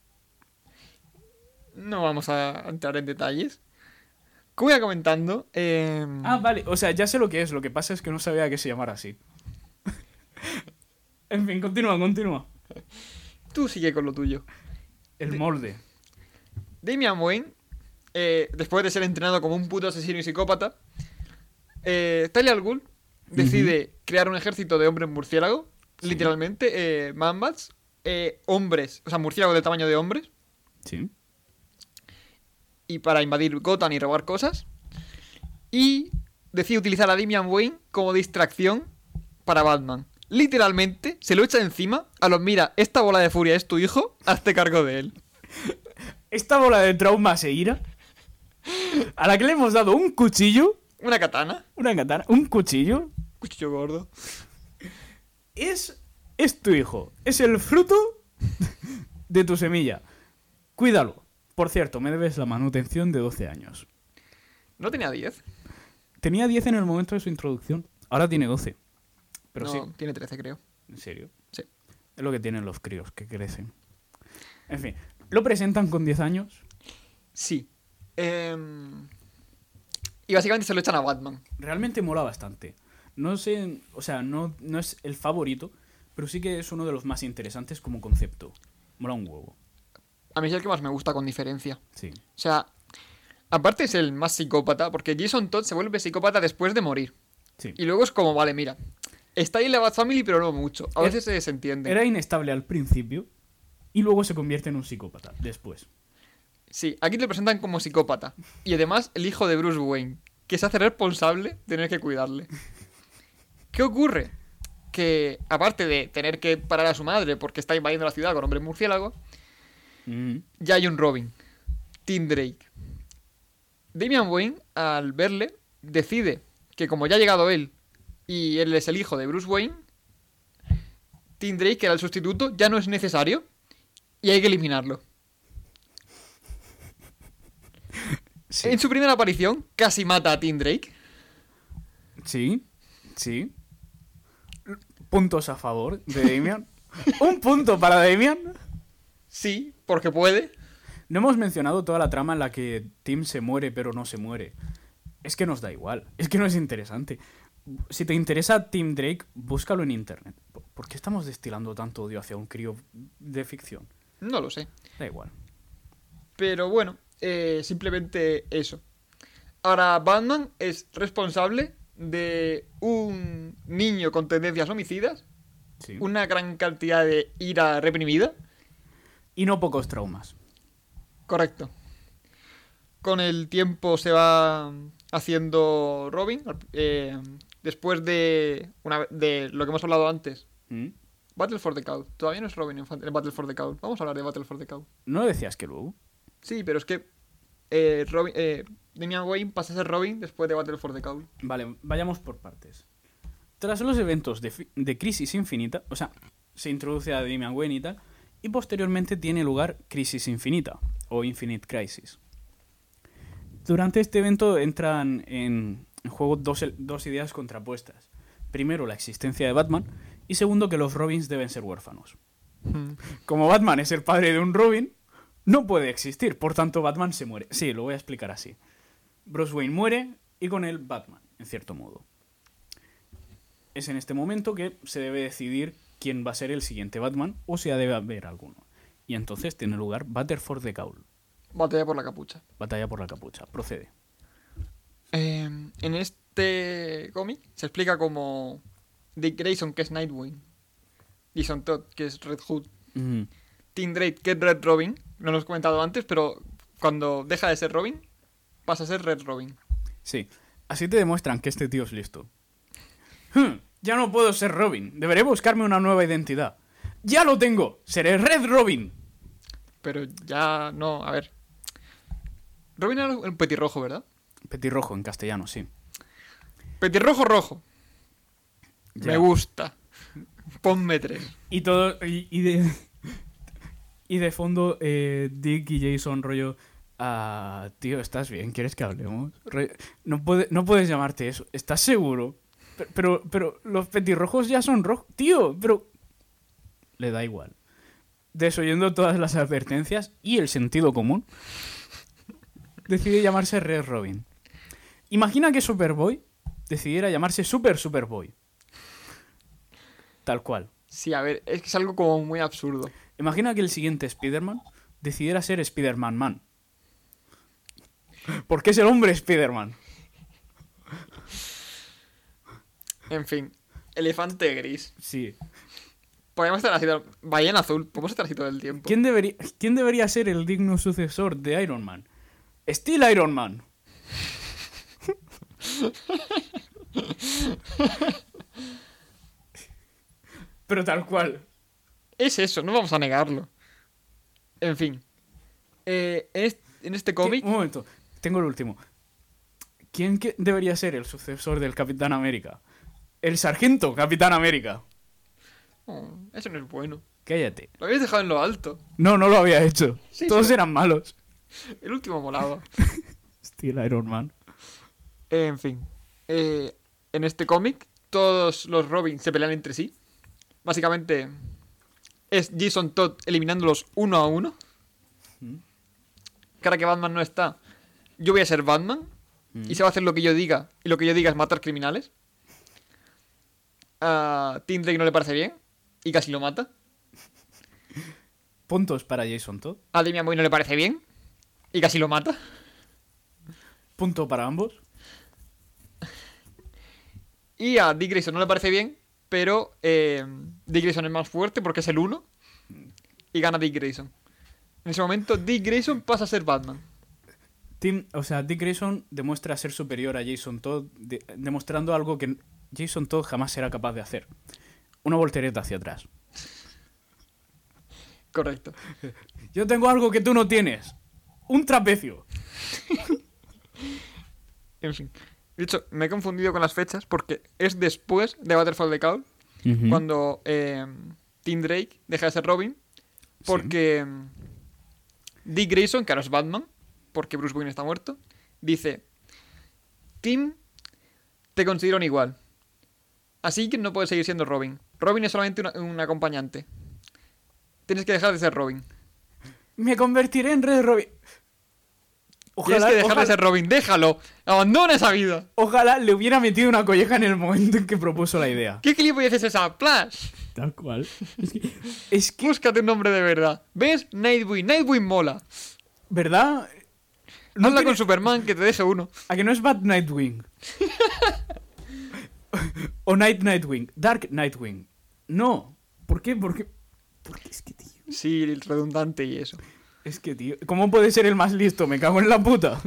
No vamos a entrar en detalles. Como iba comentando... Eh... Ah, vale. O sea, ya sé lo que es. Lo que pasa es que no sabía que se llamara así. En fin, continúa, continúa. Tú sigue con lo tuyo. El De- molde. Damian Wayne, eh, después de ser entrenado como un puto asesino y psicópata, eh, Talia al Ghul decide uh-huh. crear un ejército de hombres murciélago, sí. literalmente, eh, Mambats, eh, hombres, o sea, murciélagos del tamaño de hombres. Sí. Y para invadir Gotham y robar cosas. Y decide utilizar a Damian Wayne como distracción para Batman. Literalmente, se lo echa encima, a los mira, esta bola de furia es tu hijo, hazte cargo de él. Esta bola de trauma se ira, a la que le hemos dado un cuchillo. Una katana. Una katana, un cuchillo. Cuchillo gordo. Es, es tu hijo, es el fruto de tu semilla. Cuídalo. Por cierto, me debes la manutención de doce años. ¿No tenía diez? Tenía diez en el momento de su introducción. Ahora tiene doce. Pero no, sí. tiene trece, creo. ¿En serio? Sí. Es lo que tienen los críos, que crecen. En fin, ¿lo presentan con diez años? Sí. Eh... Y básicamente se lo echan a Batman. Realmente mola bastante. No sé, o sea, no, no es el favorito, pero sí que es uno de los más interesantes como concepto. Mola un huevo. A mí es el que más me gusta con diferencia. Sí. O sea, aparte es el más psicópata, porque Jason Todd se vuelve psicópata después de morir. Sí. Y luego es como, vale, mira, está ahí en la Bat Family, pero no mucho. A veces se desentiende. Era inestable al principio y luego se convierte en un psicópata después. Sí, aquí te presentan como psicópata. Y además el hijo de Bruce Wayne, que se hace responsable de tener que cuidarle. ¿Qué ocurre? Que aparte de tener que parar a su madre porque está invadiendo la ciudad con hombres murciélagos, mm. ya hay un Robin, Tim Drake. Damian Wayne, al verle, decide que como ya ha llegado él y él es el hijo de Bruce Wayne, Tim Drake, que era el sustituto, ya no es necesario y hay que eliminarlo. Sí. En su primera aparición, casi mata a Tim Drake. Sí, sí. Puntos a favor de Damian. Un punto para Damian. Sí, porque puede. No hemos mencionado toda la trama en la que Tim se muere pero no se muere. Es que nos da igual. Es que no es interesante. Si te interesa Tim Drake, búscalo en internet. ¿Por qué estamos destilando tanto odio hacia un crío de ficción? No lo sé. Da igual. Pero bueno, eh, simplemente eso. Ahora, Batman es responsable de un niño con tendencias homicidas, sí. Una gran cantidad de ira reprimida y no pocos traumas. Correcto. Con el tiempo se va haciendo Robin. eh, después de, una, ve- de lo que hemos hablado antes. ¿Mm? Battle for the Cowl. Todavía no es Robin en, fa- en Battle for the Cowl. Vamos a hablar de Battle for the Cowl. ¿No decías que luego? Sí, pero es que eh, Robin, eh, Damian Wayne pasa a ser Robin después de Battle for the Cowl. Vale, vayamos por partes. Tras los eventos de, fi- de Crisis Infinita, o sea, se introduce a Damian Wayne y tal, y posteriormente tiene lugar Crisis Infinita, o Infinite Crisis. Durante este evento entran en en juego dos, el- dos ideas contrapuestas. Primero, la existencia de Batman, y segundo, que los Robins deben ser huérfanos. Como Batman es el padre de un Robin, no puede existir, por tanto Batman se muere. Sí, lo voy a explicar así. Bruce Wayne muere y con él Batman, en cierto modo. Es en este momento que se debe decidir quién va a ser el siguiente Batman o si debe haber alguno. Y entonces tiene lugar Battle for the Cowl, Batalla por la capucha. batalla por la capucha. Procede. Eh, en este cómic se explica como Dick Grayson, que es Nightwing, Jason Todd, que es Red Hood, Mm, Tim Drake, que es Red Robin, no lo he comentado antes, pero cuando deja de ser Robin, pasa a ser Red Robin. sí, así te demuestran que este tío es listo. Hmm, ya no puedo ser Robin, deberé buscarme una nueva identidad. ¡Ya lo tengo! ¡Seré Red Robin! Pero ya no, a ver. Robin era el petirrojo, ¿verdad? Petirrojo en castellano, sí. Petirrojo rojo. Ya. Me gusta. Ponme tres. Y todo. Y, y de. Y de fondo, eh, Dick y Jason, rollo. Ah, tío, ¿estás bien? ¿Quieres que hablemos? Rollo, no, puede, no puedes llamarte eso. ¿Estás seguro? Pero, pero, pero los petirrojos ya son rojos. Tío, pero. Le da igual. Desoyendo todas las advertencias y el sentido común, decide llamarse Red Robin. Imagina que Superboy decidiera llamarse Super Superboy. Tal cual. Sí, a ver, es que es algo como muy absurdo. Imagina que el siguiente Spider-Man decidiera ser Spider-Man Man. Porque es el hombre Spider-Man. En fin, elefante gris. Sí. Podemos estar así, ballena azul, podemos estar así todo el tiempo. ¿Quién debería, ¿Quién debería ser el digno sucesor de Iron Man? Steel Iron Man. Pero tal cual. Es eso, no vamos a negarlo. En fin. Eh, en, est- en este cómic... ¿Qué- Un momento, tengo el último. ¿Quién que- debería ser el sucesor del Capitán América? El sargento Capitán América. Oh, eso no es bueno. Cállate. Lo habéis dejado en lo alto. No, no lo había hecho. Sí, Todos sí. eran malos. El último molado. Steel Iron Man. En fin. Eh, en este cómic, todos los Robins se pelean entre sí. Básicamente, es Jason Todd eliminándolos uno a uno. Mm. Que ahora que Batman no está, yo voy a ser Batman. Mm. Y se va a hacer lo que yo diga. Y lo que yo diga es matar criminales. A Tim Drake no le parece bien. Y casi lo mata. Puntos para Jason Todd. A Damian Wayne no le parece bien. Y casi lo mata. Punto para ambos. Y a Dick Grayson no le parece bien. Pero eh, Dick Grayson es más fuerte porque es el uno. Y gana Dick Grayson. En ese momento, Dick Grayson pasa a ser Batman. Tim, o sea, Dick Grayson demuestra ser superior a Jason Todd, de- demostrando algo que Jason Todd jamás será capaz de hacer. Una voltereta hacia atrás. Correcto. Yo tengo algo que tú no tienes. Un trapecio. En fin. De hecho, me he confundido con las fechas porque es después de Battle for the Cowl. Cuando... Cuando eh, Tim Drake deja de ser Robin. Porque eh, Dick Grayson, que ahora es Batman, porque Bruce Wayne está muerto, dice: Tim, te consideran igual. Así que no puedes seguir siendo Robin. Robin es solamente una- un acompañante. Tienes que dejar de ser Robin. Me convertiré en Red Robin. Tienes Ojalá, que dejar ojalá, de ser Robin. Déjalo. Abandona esa vida. ojalá le hubiera metido una colleja en el momento en que propuso la idea. ¿Qué gilipollez es esa? ¡Plash! Tal cual. Es que, es que Búscate un nombre de verdad. ¿Ves? Nightwing. Nightwing mola. ¿verdad? No Habla tiene- con Superman que te deje uno. ¿A que no es Bad Nightwing? O Night Nightwing. Dark Nightwing. No. ¿Por qué? Porque... Porque es que, tío... Sí, el redundante y eso. Es que, tío, ¿cómo puede ser el más listo? Me cago en la puta.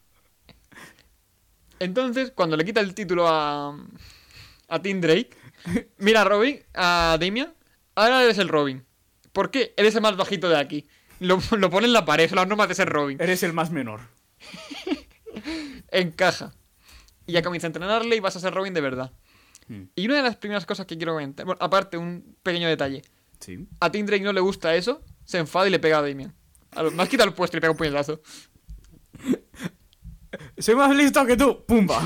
Entonces, cuando le quita el título a, a Tim Drake, mira a Robin, a Damian, ahora eres el Robin. ¿Por qué? Eres el más bajito de aquí. Lo, lo pone en la pared, son las normas de ser Robin. Eres el más menor. Encaja. Y ya comienza a entrenarle y vas a ser Robin de verdad. Hmm. Y una de las primeras cosas que quiero comentar, bueno, aparte, un pequeño detalle. Sí. A Tim Drake no le gusta eso, se enfada y le pega a Damian. A lo- Me has quitado el puesto y le pega un puñetazo. Soy más listo que tú. ¡Pumba!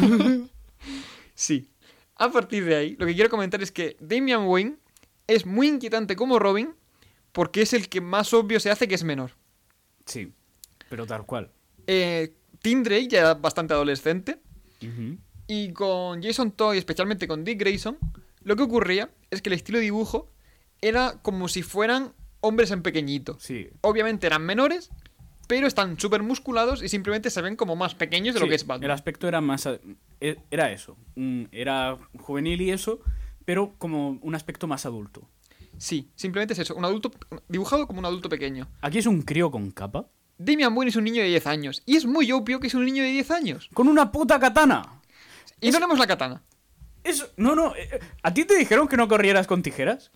Sí. A partir de ahí, lo que quiero comentar es que Damian Wayne es muy inquietante como Robin porque es el que más obvio se hace que es menor. Sí, pero tal cual. Eh, Tim Drake ya era bastante adolescente Ujú. y con Jason Todd, especialmente con Dick Grayson, lo que ocurría es que el estilo de dibujo era como si fueran hombres en pequeñito. Sí. Obviamente eran menores, pero están súper musculados y simplemente se ven como más pequeños de lo Sí, que es Batman. el aspecto era más... a- e- Era eso. Mm, Era juvenil y eso, pero como un aspecto más adulto. Sí, simplemente es eso, un adulto dibujado como un adulto pequeño. Aquí es un crío con capa. Damian Wayne es un niño de diez años y es muy obvio que es un niño de diez años. ¡Con una puta katana! Y no tenemos la katana. Eso... No, no. eh, eh, ¿A ti te dijeron que no corrieras con tijeras?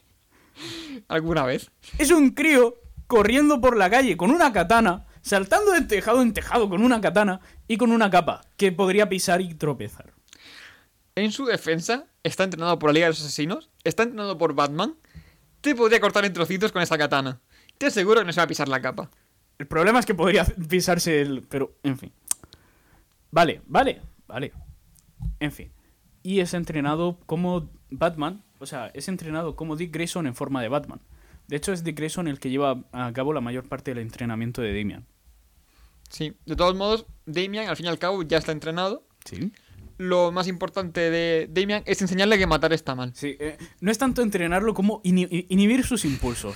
¿Alguna vez? Es un crío corriendo por la calle con una katana, saltando de tejado en tejado con una katana y con una capa que podría pisar y tropezar. En su defensa, está entrenado por la Liga de los Asesinos, está entrenado por Batman, te podría cortar en trocitos con esa katana. Te aseguro que no se va a pisar la capa. El problema es que podría pisarse el... Pero, en fin. Vale, vale, vale. En fin. Y es entrenado como Batman. O sea, es entrenado como Dick Grayson en forma de Batman. De hecho, es Dick Grayson el que lleva a cabo la mayor parte del entrenamiento de Damian. Sí, de todos modos, Damian, al fin y al cabo, ya está entrenado. Sí. Lo más importante de Damian es enseñarle que matar está mal. Sí. eh, no es tanto entrenarlo como ini- i- inhibir sus impulsos.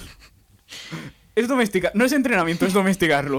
Es domesticar. No es entrenamiento, es domesticarlo.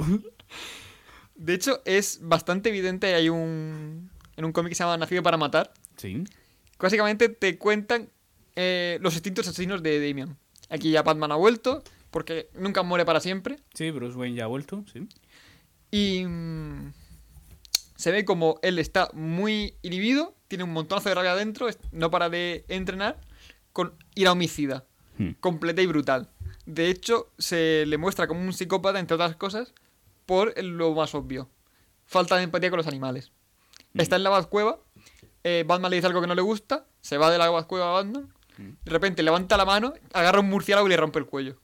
De hecho, es bastante evidente, hay un... En un cómic que se llama Nacido para Matar, Sí. que básicamente te cuentan eh, los instintos asesinos de Damian. Aquí ya Batman ha vuelto, porque nunca muere para siempre. Sí, Bruce Wayne ya ha vuelto, sí. Y mm, se ve como él está muy inhibido, tiene un montonazo de rabia adentro, es- no para de entrenar, con ira homicida, Hmm. completa y brutal. De hecho, se le muestra como un psicópata, entre otras cosas, por lo más obvio. Falta de empatía con los animales. Hmm. Está en la Batcueva, eh, Batman le dice algo que no le gusta, se va de la Batcueva a Batman, Hmm. de repente levanta la mano, agarra un murciélago y le rompe el cuello.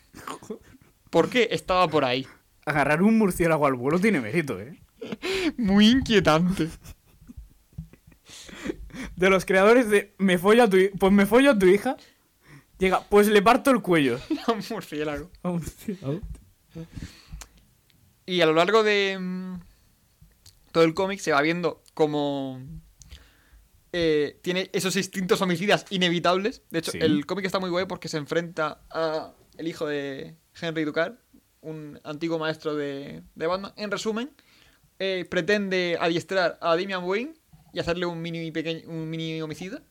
¿Por qué? Estaba por ahí. Agarrar un murciélago al vuelo tiene mérito, ¿eh? Muy inquietante. De los creadores de Me follo a tu hi- Pues me follo a tu hija. Llega, pues le parto el cuello. Un murciélago. A un murciélago. Y a lo largo de mm, todo el cómic se va viendo como eh, tiene esos instintos homicidas inevitables. De hecho, Sí. el cómic está muy guay porque se enfrenta a el hijo de Henry Ducard, un antiguo maestro de, de Batman. En resumen, eh, pretende adiestrar a Damian Wayne y hacerle un mini, pequeño, un mini homicida.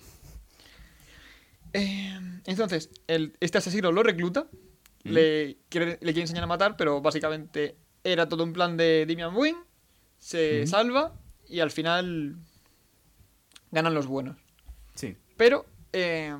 Eh, entonces, el- este asesino lo recluta, Mm. le, quiere, le quiere enseñar a matar, pero básicamente era todo un plan de Damian Wayne, se Mm. salva y al final ganan los buenos. Sí. Pero eh,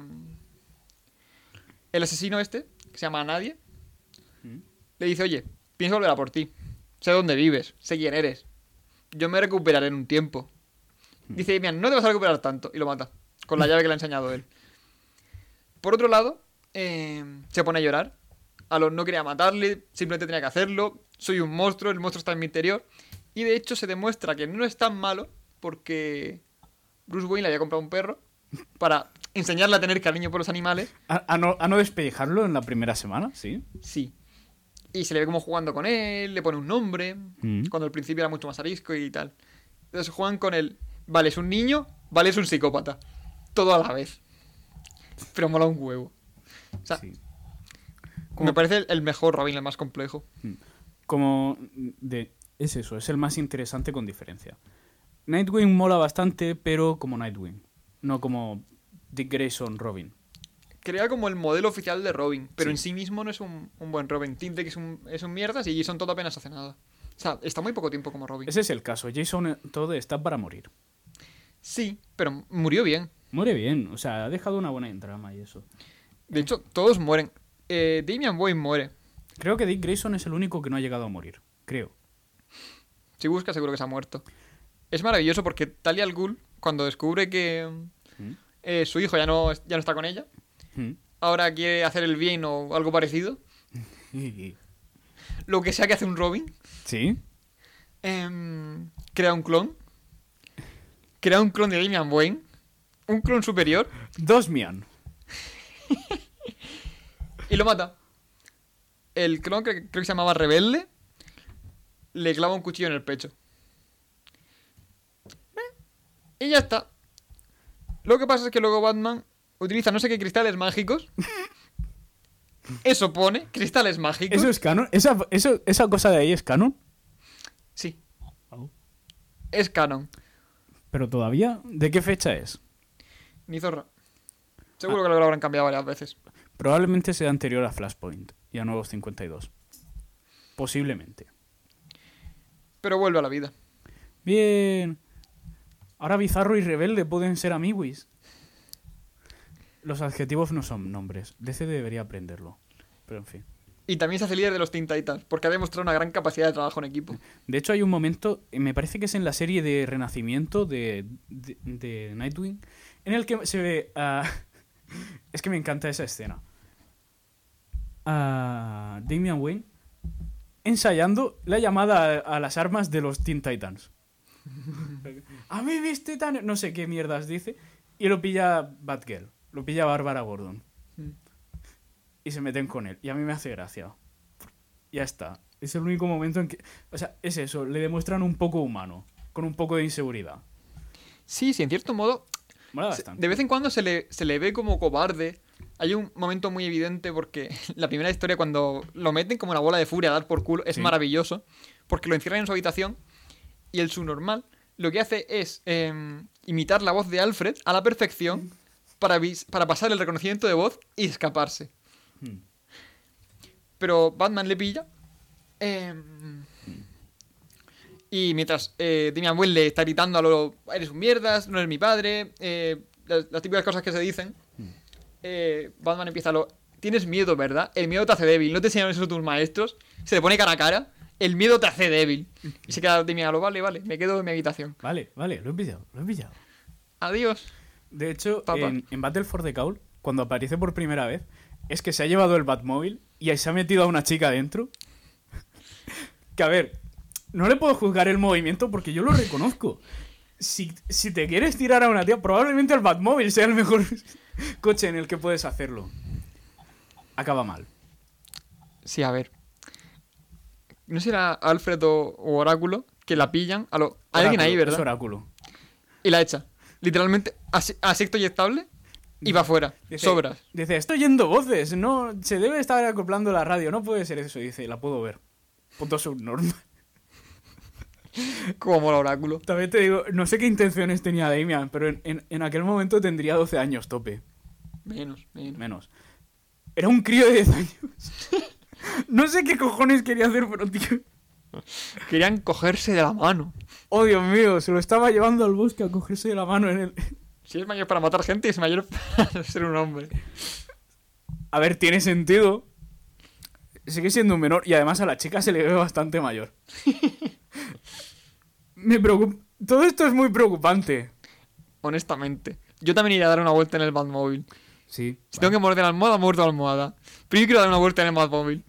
el asesino este, que se llama Nadie, Mm. le dice, oye, pienso volver a por ti. Sé dónde vives, sé quién eres. Yo me recuperaré en un tiempo. Dice Damian, no te vas a recuperar tanto. Y lo mata, con la llave que le ha enseñado él. Por otro lado, eh, se pone a llorar. Alon no quería matarle, simplemente tenía que hacerlo. Soy un monstruo, el monstruo está en mi interior. Y de hecho se demuestra que no es tan malo porque Bruce Wayne le había comprado un perro para enseñarle a tener cariño por los animales. ¿A, a no, a no despellejarlo en la primera semana? Sí. Sí. Y se le ve como jugando con él, le pone un nombre, Mm. cuando al principio era mucho más arisco y tal. Entonces juegan con él. Vale, es un niño, vale, es un psicópata. Todo a la vez. Pero mola un huevo. O sea, Sí. me parece el- el mejor Robin, el más complejo. Como de... Es eso, es el más interesante con diferencia. Nightwing mola bastante, pero como Nightwing. No como Dick Grayson Robin. crea como el modelo oficial de Robin, pero Sí. en sí mismo no es un, un buen Robin. Tim Drake es un, es un mierdas y Jason Todd apenas hace nada. O sea, está muy poco tiempo como Robin. Ese es el caso. Jason Todd está para morir. Sí, pero murió bien. Muere bien. O sea, ha dejado una buena trama y eso. De hecho, todos mueren. Eh, Damian Wayne muere. Creo que Dick Grayson es el único que no ha llegado a morir. Creo. Si busca, seguro que se ha muerto. Es maravilloso porque Talia al Ghul, cuando descubre que ¿Mm? eh, su hijo ya no, ya no está con ella, ¿Mm? ahora quiere hacer el bien o algo parecido, lo que sea que hace un Robin, ¿Sí? em, crea un clon, crea un clon de Damian Wayne, un clon superior, Dos Mian. y lo mata. El clon, que creo que se llamaba Rebelde, le clava un cuchillo en el pecho. Eh, Y ya está. Lo que pasa es que luego Batman utiliza no sé qué cristales mágicos. Eso pone, cristales mágicos. ¿Eso es canon? ¿Esa, eso, ¿Esa cosa de ahí es canon? Sí, es canon. Pero todavía, ¿de qué fecha es? Ni zorra. Seguro que lo habrán cambiado varias veces. Probablemente sea anterior a Flashpoint y a Nuevos cincuenta y dos. Posiblemente. Pero vuelve a la vida. Bien. Ahora Bizarro y Rebelde pueden ser amiguis. Los adjetivos no son nombres. D C debería aprenderlo. Pero en fin. Y también se hace líder de los Teen Titans, porque ha demostrado una gran capacidad de trabajo en equipo. De hecho, hay un momento, eh, me parece que es en la serie de Renacimiento de, de, de Nightwing, en el que se ve a... es que me encanta esa escena. A Damian Wayne ensayando la llamada a, a las armas de los Teen Titans. A mí mis titanes... No sé qué mierdas dice. Y lo pilla Batgirl. Lo pilla Bárbara Gordon. Mm. Y se meten con él. Y a mí me hace gracia. Ya está. Es el único momento en que... O sea, es eso. Le demuestran un poco humano. Con un poco de inseguridad. Sí, sí, en cierto modo, Mola se- bastante. de vez en cuando se le, se le ve como cobarde. Hay un momento muy evidente porque la primera historia, cuando lo meten como una bola de furia a dar por culo, es Sí. maravilloso. Porque lo encierran en su habitación y el subnormal lo que hace es em, imitar la voz de Alfred a la perfección para, vis- para pasar el reconocimiento de voz y escaparse. Hmm. Pero Batman le pilla. em, y mientras eh, Damian Wayne le está gritando a lo... Eres un mierdas, no eres mi padre. eh, las, las típicas cosas que se dicen. eh, Batman empieza a lo... Tienes miedo, ¿verdad? El miedo te hace débil. ¿No te enseñaron eso tus maestros? Se le pone cara a cara. El miedo te hace débil. Y se queda Damian a lo... Vale, vale. Me quedo en mi habitación. Vale, vale. Lo he pillado. Lo he pillado. Adiós. De hecho, Papá. en, en Battle for the Cowl, cuando aparece por primera vez, es que se ha llevado el Batmóvil y ahí se ha metido a una chica dentro. Que a ver, no le puedo juzgar el movimiento porque yo lo reconozco. Si, si te quieres tirar a una tía, probablemente el Batmóvil sea el mejor coche en el que puedes hacerlo. Acaba mal. Sí, a ver. No será Alfred o, o Oráculo que la pillan. A lo... Hay alguien ahí, Oráculo, ¿verdad? Es oráculo. Y la echa. Literalmente, as asecto y estable. Y va afuera. Dice- Sobras. Dice, estoy yendo voces, no, se debe estar acoplando la radio, no puede ser eso. Dice, la puedo ver. Punto subnormal. Como mola Oráculo. También te digo, no sé qué intenciones tenía Damian, pero en, en- en aquel momento tendría doce años, tope. Menos, menos. Menos. Era un crío de diez años. No sé qué cojones quería hacer, pero tío... Querían cogerse de la mano. Oh, Dios mío, se lo estaba llevando al bosque a cogerse de la mano en el... Si es mayor para matar gente, es mayor para ser un hombre. A ver, tiene sentido. Sigue siendo un menor y además a la chica se le ve bastante mayor. Me preocupa... Todo esto es muy preocupante. Honestamente. Yo también iría a dar una vuelta en el Batmóvil. Sí. Si tengo que morder la almohada, muerdo la almohada. Pero yo quiero dar una vuelta en el Batmóvil.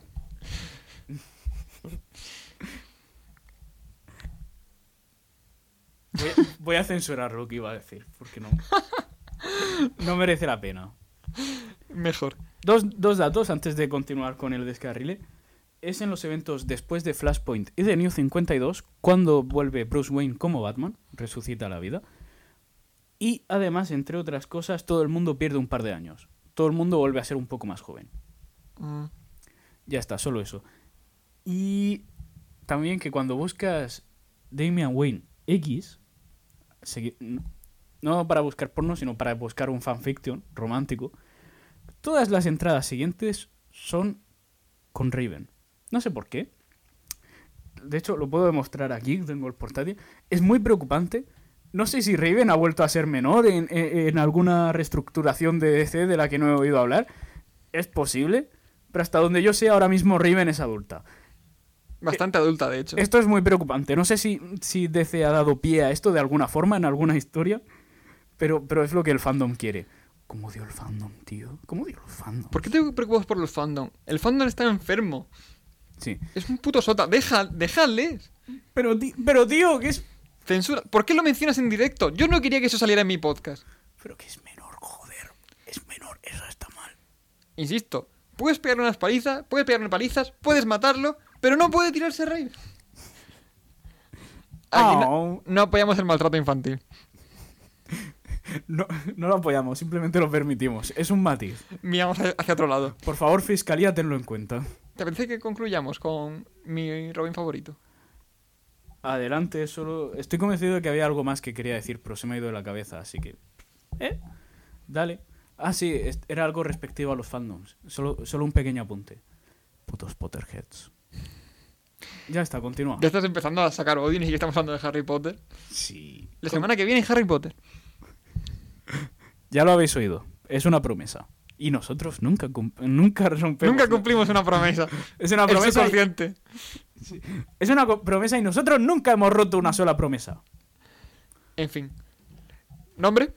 Voy, voy a censurar lo que iba a decir, porque no... No merece la pena. Mejor. Dos, dos datos antes de continuar con el descarrile. Es en los eventos después de Flashpoint y de New cincuenta y dos cuando vuelve Bruce Wayne como Batman, resucita la vida. Y además, entre otras cosas, todo el mundo pierde un par de años. Todo el mundo vuelve a ser un poco más joven. Mm. Ya está, solo eso. Y también que cuando buscas Damian Wayne X, segui- no para buscar porno, sino para buscar un fanfiction romántico, todas las entradas siguientes son con Raven. No sé por qué. De hecho, lo puedo demostrar aquí, tengo el portátil. Es muy preocupante. No sé si Raven ha vuelto a ser menor en, en, en alguna reestructuración de D C de la que no he oído hablar. Es posible, pero hasta donde yo sé, ahora mismo Raven es adulta. Bastante adulta, de hecho. Esto es muy preocupante. No sé si, si D C ha dado pie a esto de alguna forma, en alguna historia, pero, pero es lo que el fandom quiere. ¿Cómo dio el fandom, tío? ¿Cómo dio el fandom? ¿Por qué te preocupas por los fandom? El fandom está enfermo. Sí. Es un puto sota. Deja, déjales. Pero, ti- pero tío, que es... Censura. ¿Por qué lo mencionas en directo? Yo no quería que eso saliera en mi podcast. Pero que es menor, joder. Es menor, eso está mal. Insisto, puedes pegarle unas palizas, puedes pegarle palizas, puedes matarlo, pero no puede tirarse rey. Aquí no, Oh. no apoyamos el maltrato infantil. No, no lo apoyamos, simplemente lo permitimos. Es un matiz. Miramos hacia hacia otro lado. Por favor, fiscalía, tenlo en cuenta. ¿Te parece que concluyamos con mi Robin favorito? Adelante, solo... Estoy convencido de que había algo más que quería decir, pero se me ha ido de la cabeza, así que... ¿Eh? Dale. Ah, sí, es- era algo respectivo a los fandoms. Solo, solo un pequeño apunte. Putos Potterheads. Ya está, continúa. Ya estás empezando a sacar odio y ni siquiera estamos hablando de Harry Potter. Sí. La semana que viene Harry Potter. Ya lo habéis oído. Es una promesa. Y nosotros nunca, cum- nunca rompemos. Nunca cumplimos una promesa. Es una El promesa. y- subconsciente. Es una co- promesa y nosotros nunca hemos roto una sola promesa. En fin. ¿Nombre?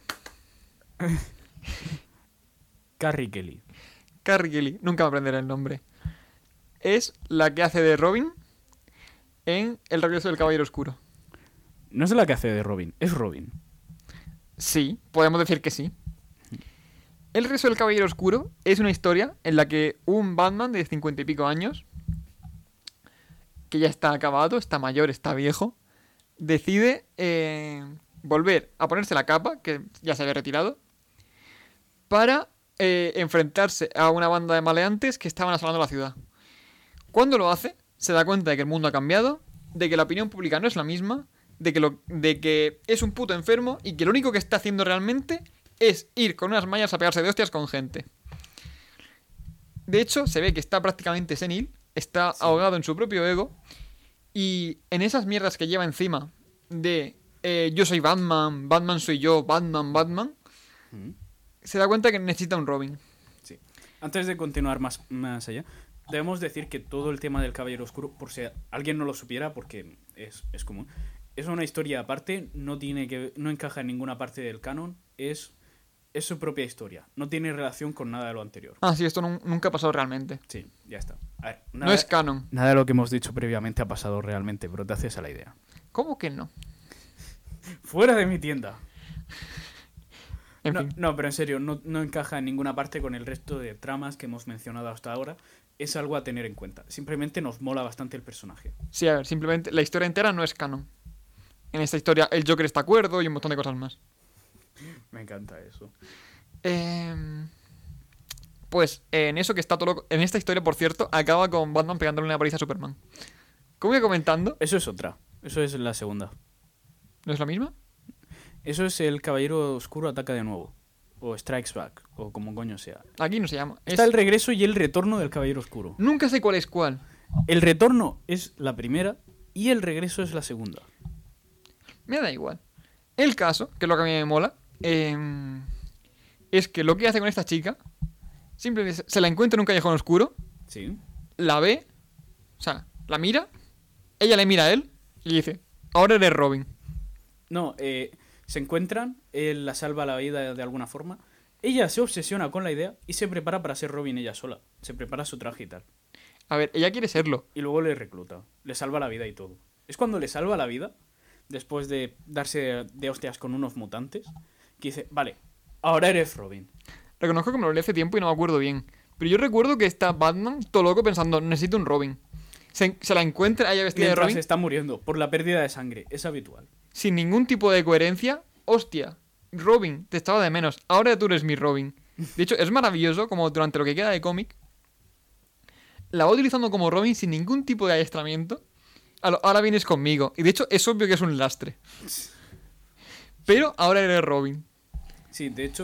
Carrie Kelly. Carrie Kelly. Nunca me aprenderé el nombre. Es la que hace de Robin en El regreso del Caballero Oscuro. No es la que hace de Robin, es Robin. Sí, podemos decir que sí. El regreso del Caballero Oscuro es una historia en la que un Batman de cincuenta y pico años, que ya está acabado, está mayor, está viejo, decide eh, volver a ponerse la capa, que ya se había retirado, para eh, enfrentarse a una banda de maleantes que estaban asolando la ciudad. Cuando lo hace, se da cuenta de que el mundo ha cambiado, de que la opinión pública no es la misma, de que, lo, de que es un puto enfermo y que lo único que está haciendo realmente es ir con unas mallas a pegarse de hostias con gente. De hecho, se ve que está prácticamente senil, está ahogado en su propio ego, y en esas mierdas que lleva encima de eh, yo soy Batman, Batman soy yo, Batman, Batman, Mm. se da cuenta que necesita un Robin. Sí. Antes de continuar más, más allá, debemos decir que todo el tema del Caballero Oscuro, por si alguien no lo supiera, porque es, es común, es una historia aparte, no tiene que no encaja en ninguna parte del canon, es, es su propia historia, no tiene relación con nada de lo anterior. Ah, sí, esto nun- nunca ha pasado realmente. Sí, ya está. A ver, No nada, es canon. nada de lo que hemos dicho previamente ha pasado realmente, pero te haces a la idea. ¿Cómo que no? Fuera de mi tienda. En No, fin. no, pero en serio, no, no encaja en ninguna parte con el resto de tramas que hemos mencionado hasta ahora. Es algo a tener en cuenta. Simplemente nos mola bastante el personaje. Sí, a ver, simplemente la historia entera no es canon. En esta historia el Joker está acuerdo y un montón de cosas más. Me encanta eso. Em, Pues en eso que está todo loco. En esta historia, por cierto, acaba con Batman pegándole una paliza a Superman. Como iba comentando, Eso es otra. Eso es la segunda. ¿no es la misma? Eso es el Caballero Oscuro ataca de nuevo. O Strikes Back. O como coño sea. Aquí no se llama. Es- Está el regreso y el retorno del Caballero Oscuro. Nunca sé cuál es cuál. El retorno es la primera y el regreso es la segunda. Me da igual. El caso, que es lo que a mí me mola, em, es que lo que hace con esta chica, simplemente se la encuentra en un callejón oscuro, Sí. la ve, o sea, la mira, ella le mira a él y le dice, ahora eres Robin. No, eh, se encuentran, él la salva la vida de alguna forma. Ella se obsesiona con la idea y se prepara para ser Robin ella sola. Se prepara su traje y tal. A ver, ella quiere serlo. Y luego le recluta. Le salva la vida y todo. Es cuando le salva la vida, después de darse de hostias con unos mutantes, que dice, vale, ahora eres Robin. Reconozco que me lo leí hace tiempo y no me acuerdo bien. Pero yo recuerdo que está Batman todo loco pensando, necesito un Robin. Se, se la encuentra a ella vestida de Mientras Robin está muriendo por la pérdida de sangre. Es habitual. sin ningún tipo de coherencia. Hostia, Robin, te estaba de menos. Ahora tú eres mi Robin. De hecho, es maravilloso como durante lo que queda de cómic la va utilizando como Robin sin ningún tipo de adiestramiento. A lo- Ahora vienes conmigo. Y de hecho, es obvio que es un lastre. Pero ahora eres Robin. Sí, de hecho,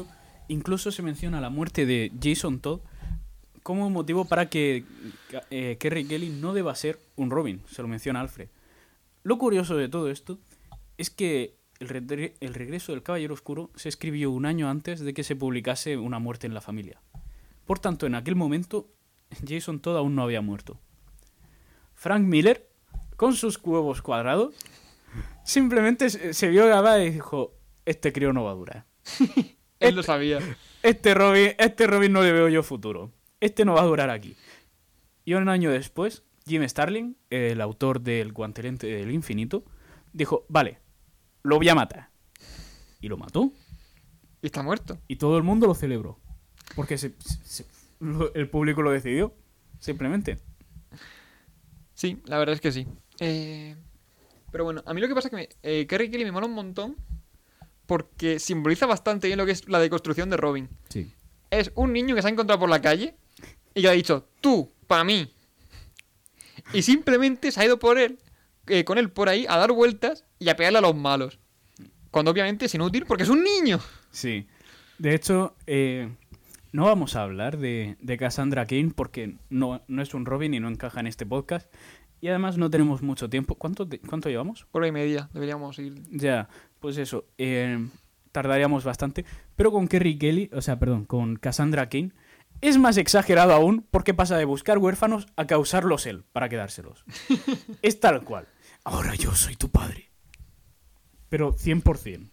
incluso se menciona la muerte de Jason Todd como motivo para que eh, Kerry Kelly no deba ser un Robin. Se lo menciona Alfred. Lo curioso de todo esto es que el, re- el regreso del Caballero Oscuro se escribió un año antes de que se publicase Una muerte en la familia. Por tanto, en aquel momento, Jason Todd aún no había muerto. Frank Miller, con sus huevos cuadrados, simplemente se, se vio grabada y dijo: este crío no va a durar. Él lo sabía. Este Robin, este Robin no le veo yo futuro. Este no va a durar aquí. Y un año después, Jim Starlin, el autor del Guantelete del Infinito, dijo: vale, lo voy a matar. Y lo mató. Y está muerto. Y todo el mundo lo celebró. Porque se, se- lo- el público lo decidió. Simplemente. Sí, la verdad es que sí. Eh, Pero bueno, a mí lo que pasa es que me, eh, Kerry Kelly me mola un montón porque simboliza bastante bien lo que es la deconstrucción de Robin. Sí. Es un niño que se ha encontrado por la calle y que ha dicho: tú, para mí. Y simplemente se ha ido por él, eh, con él por ahí a dar vueltas y a pegarle a los malos. Cuando obviamente es inútil porque es un niño. Sí. De hecho, eh, no vamos a hablar de, de Cassandra Cain porque no, no es un Robin y no encaja en este podcast. Y además no tenemos mucho tiempo. ¿Cuánto, te- cuánto llevamos? Hora y media, deberíamos ir. Ya, pues eso. eh, tardaríamos bastante. Pero con Kerry Kelly, o sea, perdón, con Cassandra Cain, es más exagerado aún porque pasa de buscar huérfanos a causarlos él para quedárselos. Es tal cual. Ahora yo soy tu padre. Pero cien por ciento.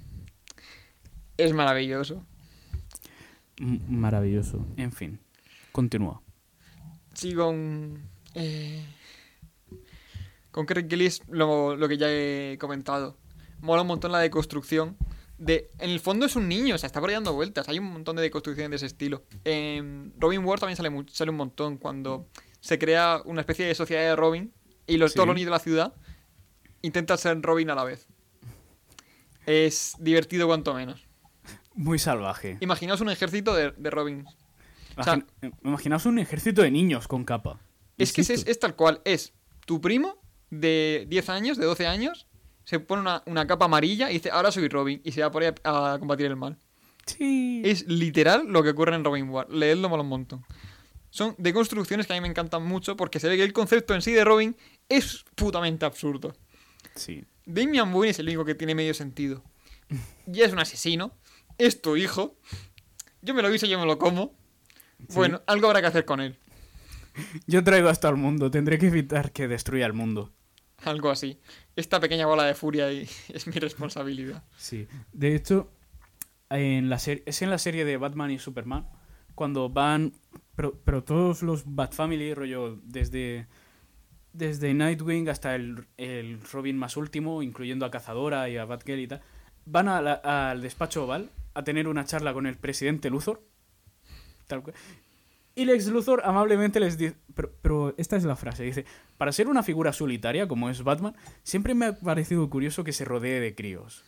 Es maravilloso. M- maravilloso. En fin, continúa. Sí, con. Eh, con Kerry Kelly es lo, lo que ya he comentado. Mola un montón la deconstrucción. De, en el fondo es un niño, o sea, está por ahí dando vueltas. Hay un montón de deconstrucciones de ese estilo. En Robin War también sale, mu- sale un montón cuando se crea una especie de sociedad de Robin y los, Sí. todos los niños de la ciudad intentan ser Robin a la vez. Es divertido cuanto menos. Muy salvaje. Imaginaos un ejército de, de Robin. O sea, Imagin- Imaginaos un ejército de niños con capa. Es que es, Insisto. es tal cual. Es tu primo de diez años, de doce años, se pone una, una capa amarilla y dice: ahora soy Robin. Y se va por ahí a, a combatir el mal. Sí. Es literal lo que ocurre en Robin War. Leedlo mola un montón. Son deconstrucciones que a mí me encantan mucho porque se ve que el concepto en sí de Robin es putamente absurdo. Sí. Damian Wayne es el único que tiene medio sentido. Ya es un asesino. Es tu hijo. Yo me lo guiso, yo me lo como. Sí. Bueno, algo habrá que hacer con él. Yo traigo hasta el mundo. Tendré que evitar que destruya el mundo. Algo así. Esta pequeña bola de furia y es mi responsabilidad. Sí. De hecho, en la ser- es en la serie de Batman y Superman cuando van... Pero, pero todos los Bat Family, rollo, desde... Desde Nightwing hasta el, el Robin más último, incluyendo a Cazadora y a Batgirl y tal, van a la- al despacho Oval a tener una charla con el presidente Luthor. Tal cual. Y Lex Luthor amablemente les dice... Pero, pero esta es la frase. Dice: para ser una figura solitaria como es Batman, siempre me ha parecido curioso que se rodee de críos.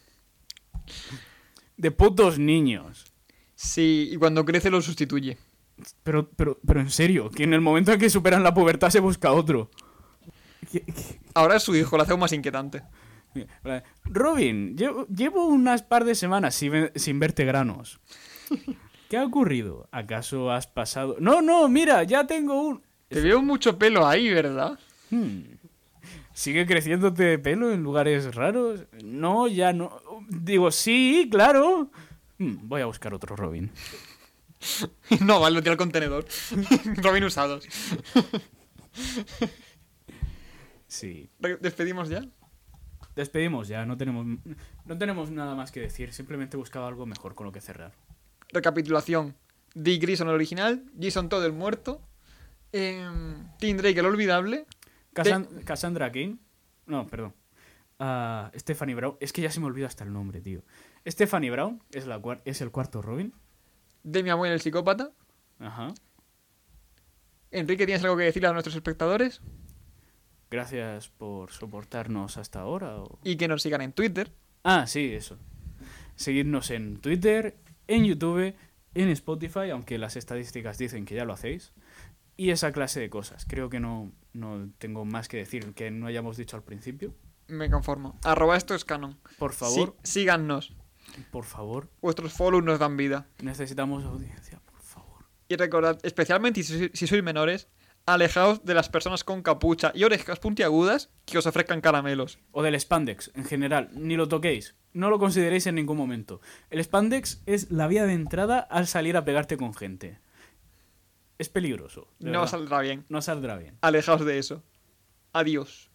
De putos niños. Sí, y cuando crece lo sustituye. Pero, pero, pero en serio, que en el momento en que superan la pubertad se busca otro. ¿Qué- qué- Ahora es su hijo, lo hace aún más inquietante. Robin, llevo, llevo unas par de semanas sin, ve- sin verte granos. ¿Qué ha ocurrido? ¿Acaso has pasado...? No, no, mira, ya tengo un... Te veo mucho pelo ahí, ¿verdad? Hmm. ¿Sigue creciéndote pelo en lugares raros? No, ya no. Digo, sí, claro. Hmm, voy a buscar otro Robin. No, vale, lo tira al contenedor. Robin usados. Sí. Re- ¿Despedimos ya? Despedimos ya, no tenemos, no tenemos nada más que decir. Simplemente buscaba algo mejor con lo que cerrar. Recapitulación. Dick Grayson el original, Jason Todd el muerto, em, Tim Drake el olvidable. Cassan- Cassandra Cain. No, perdón. Ah, Stephanie Brown. Es que ya se me olvida hasta el nombre, tío. Stephanie Brown es, la cuar- es el cuarto Robin. Damian Wayne el psicópata. Ajá. Enrique, ¿tienes algo que decirle a nuestros espectadores? Gracias por soportarnos hasta ahora. o- Y que nos sigan en Twitter. Ah, sí, eso. Seguidnos en Twitter, en YouTube, en Spotify, aunque las estadísticas dicen que ya lo hacéis. Y esa clase de cosas. Creo que no, no tengo más que decir que no hayamos dicho al principio. Me conformo. Arroba esto es canon. Por favor, Sí, síganos. Por favor, Vuestros follows nos dan vida. necesitamos audiencia, por favor. Y recordad, especialmente si, si sois menores, alejaos de las personas con capucha y orejas puntiagudas que os ofrezcan caramelos. O del spandex, en general, ni lo toquéis. No lo consideréis en ningún momento. El spandex es la vía de entrada al salir a pegarte con gente. Es peligroso. de No verdad. saldrá bien. No saldrá bien. Alejaos de eso. Adiós.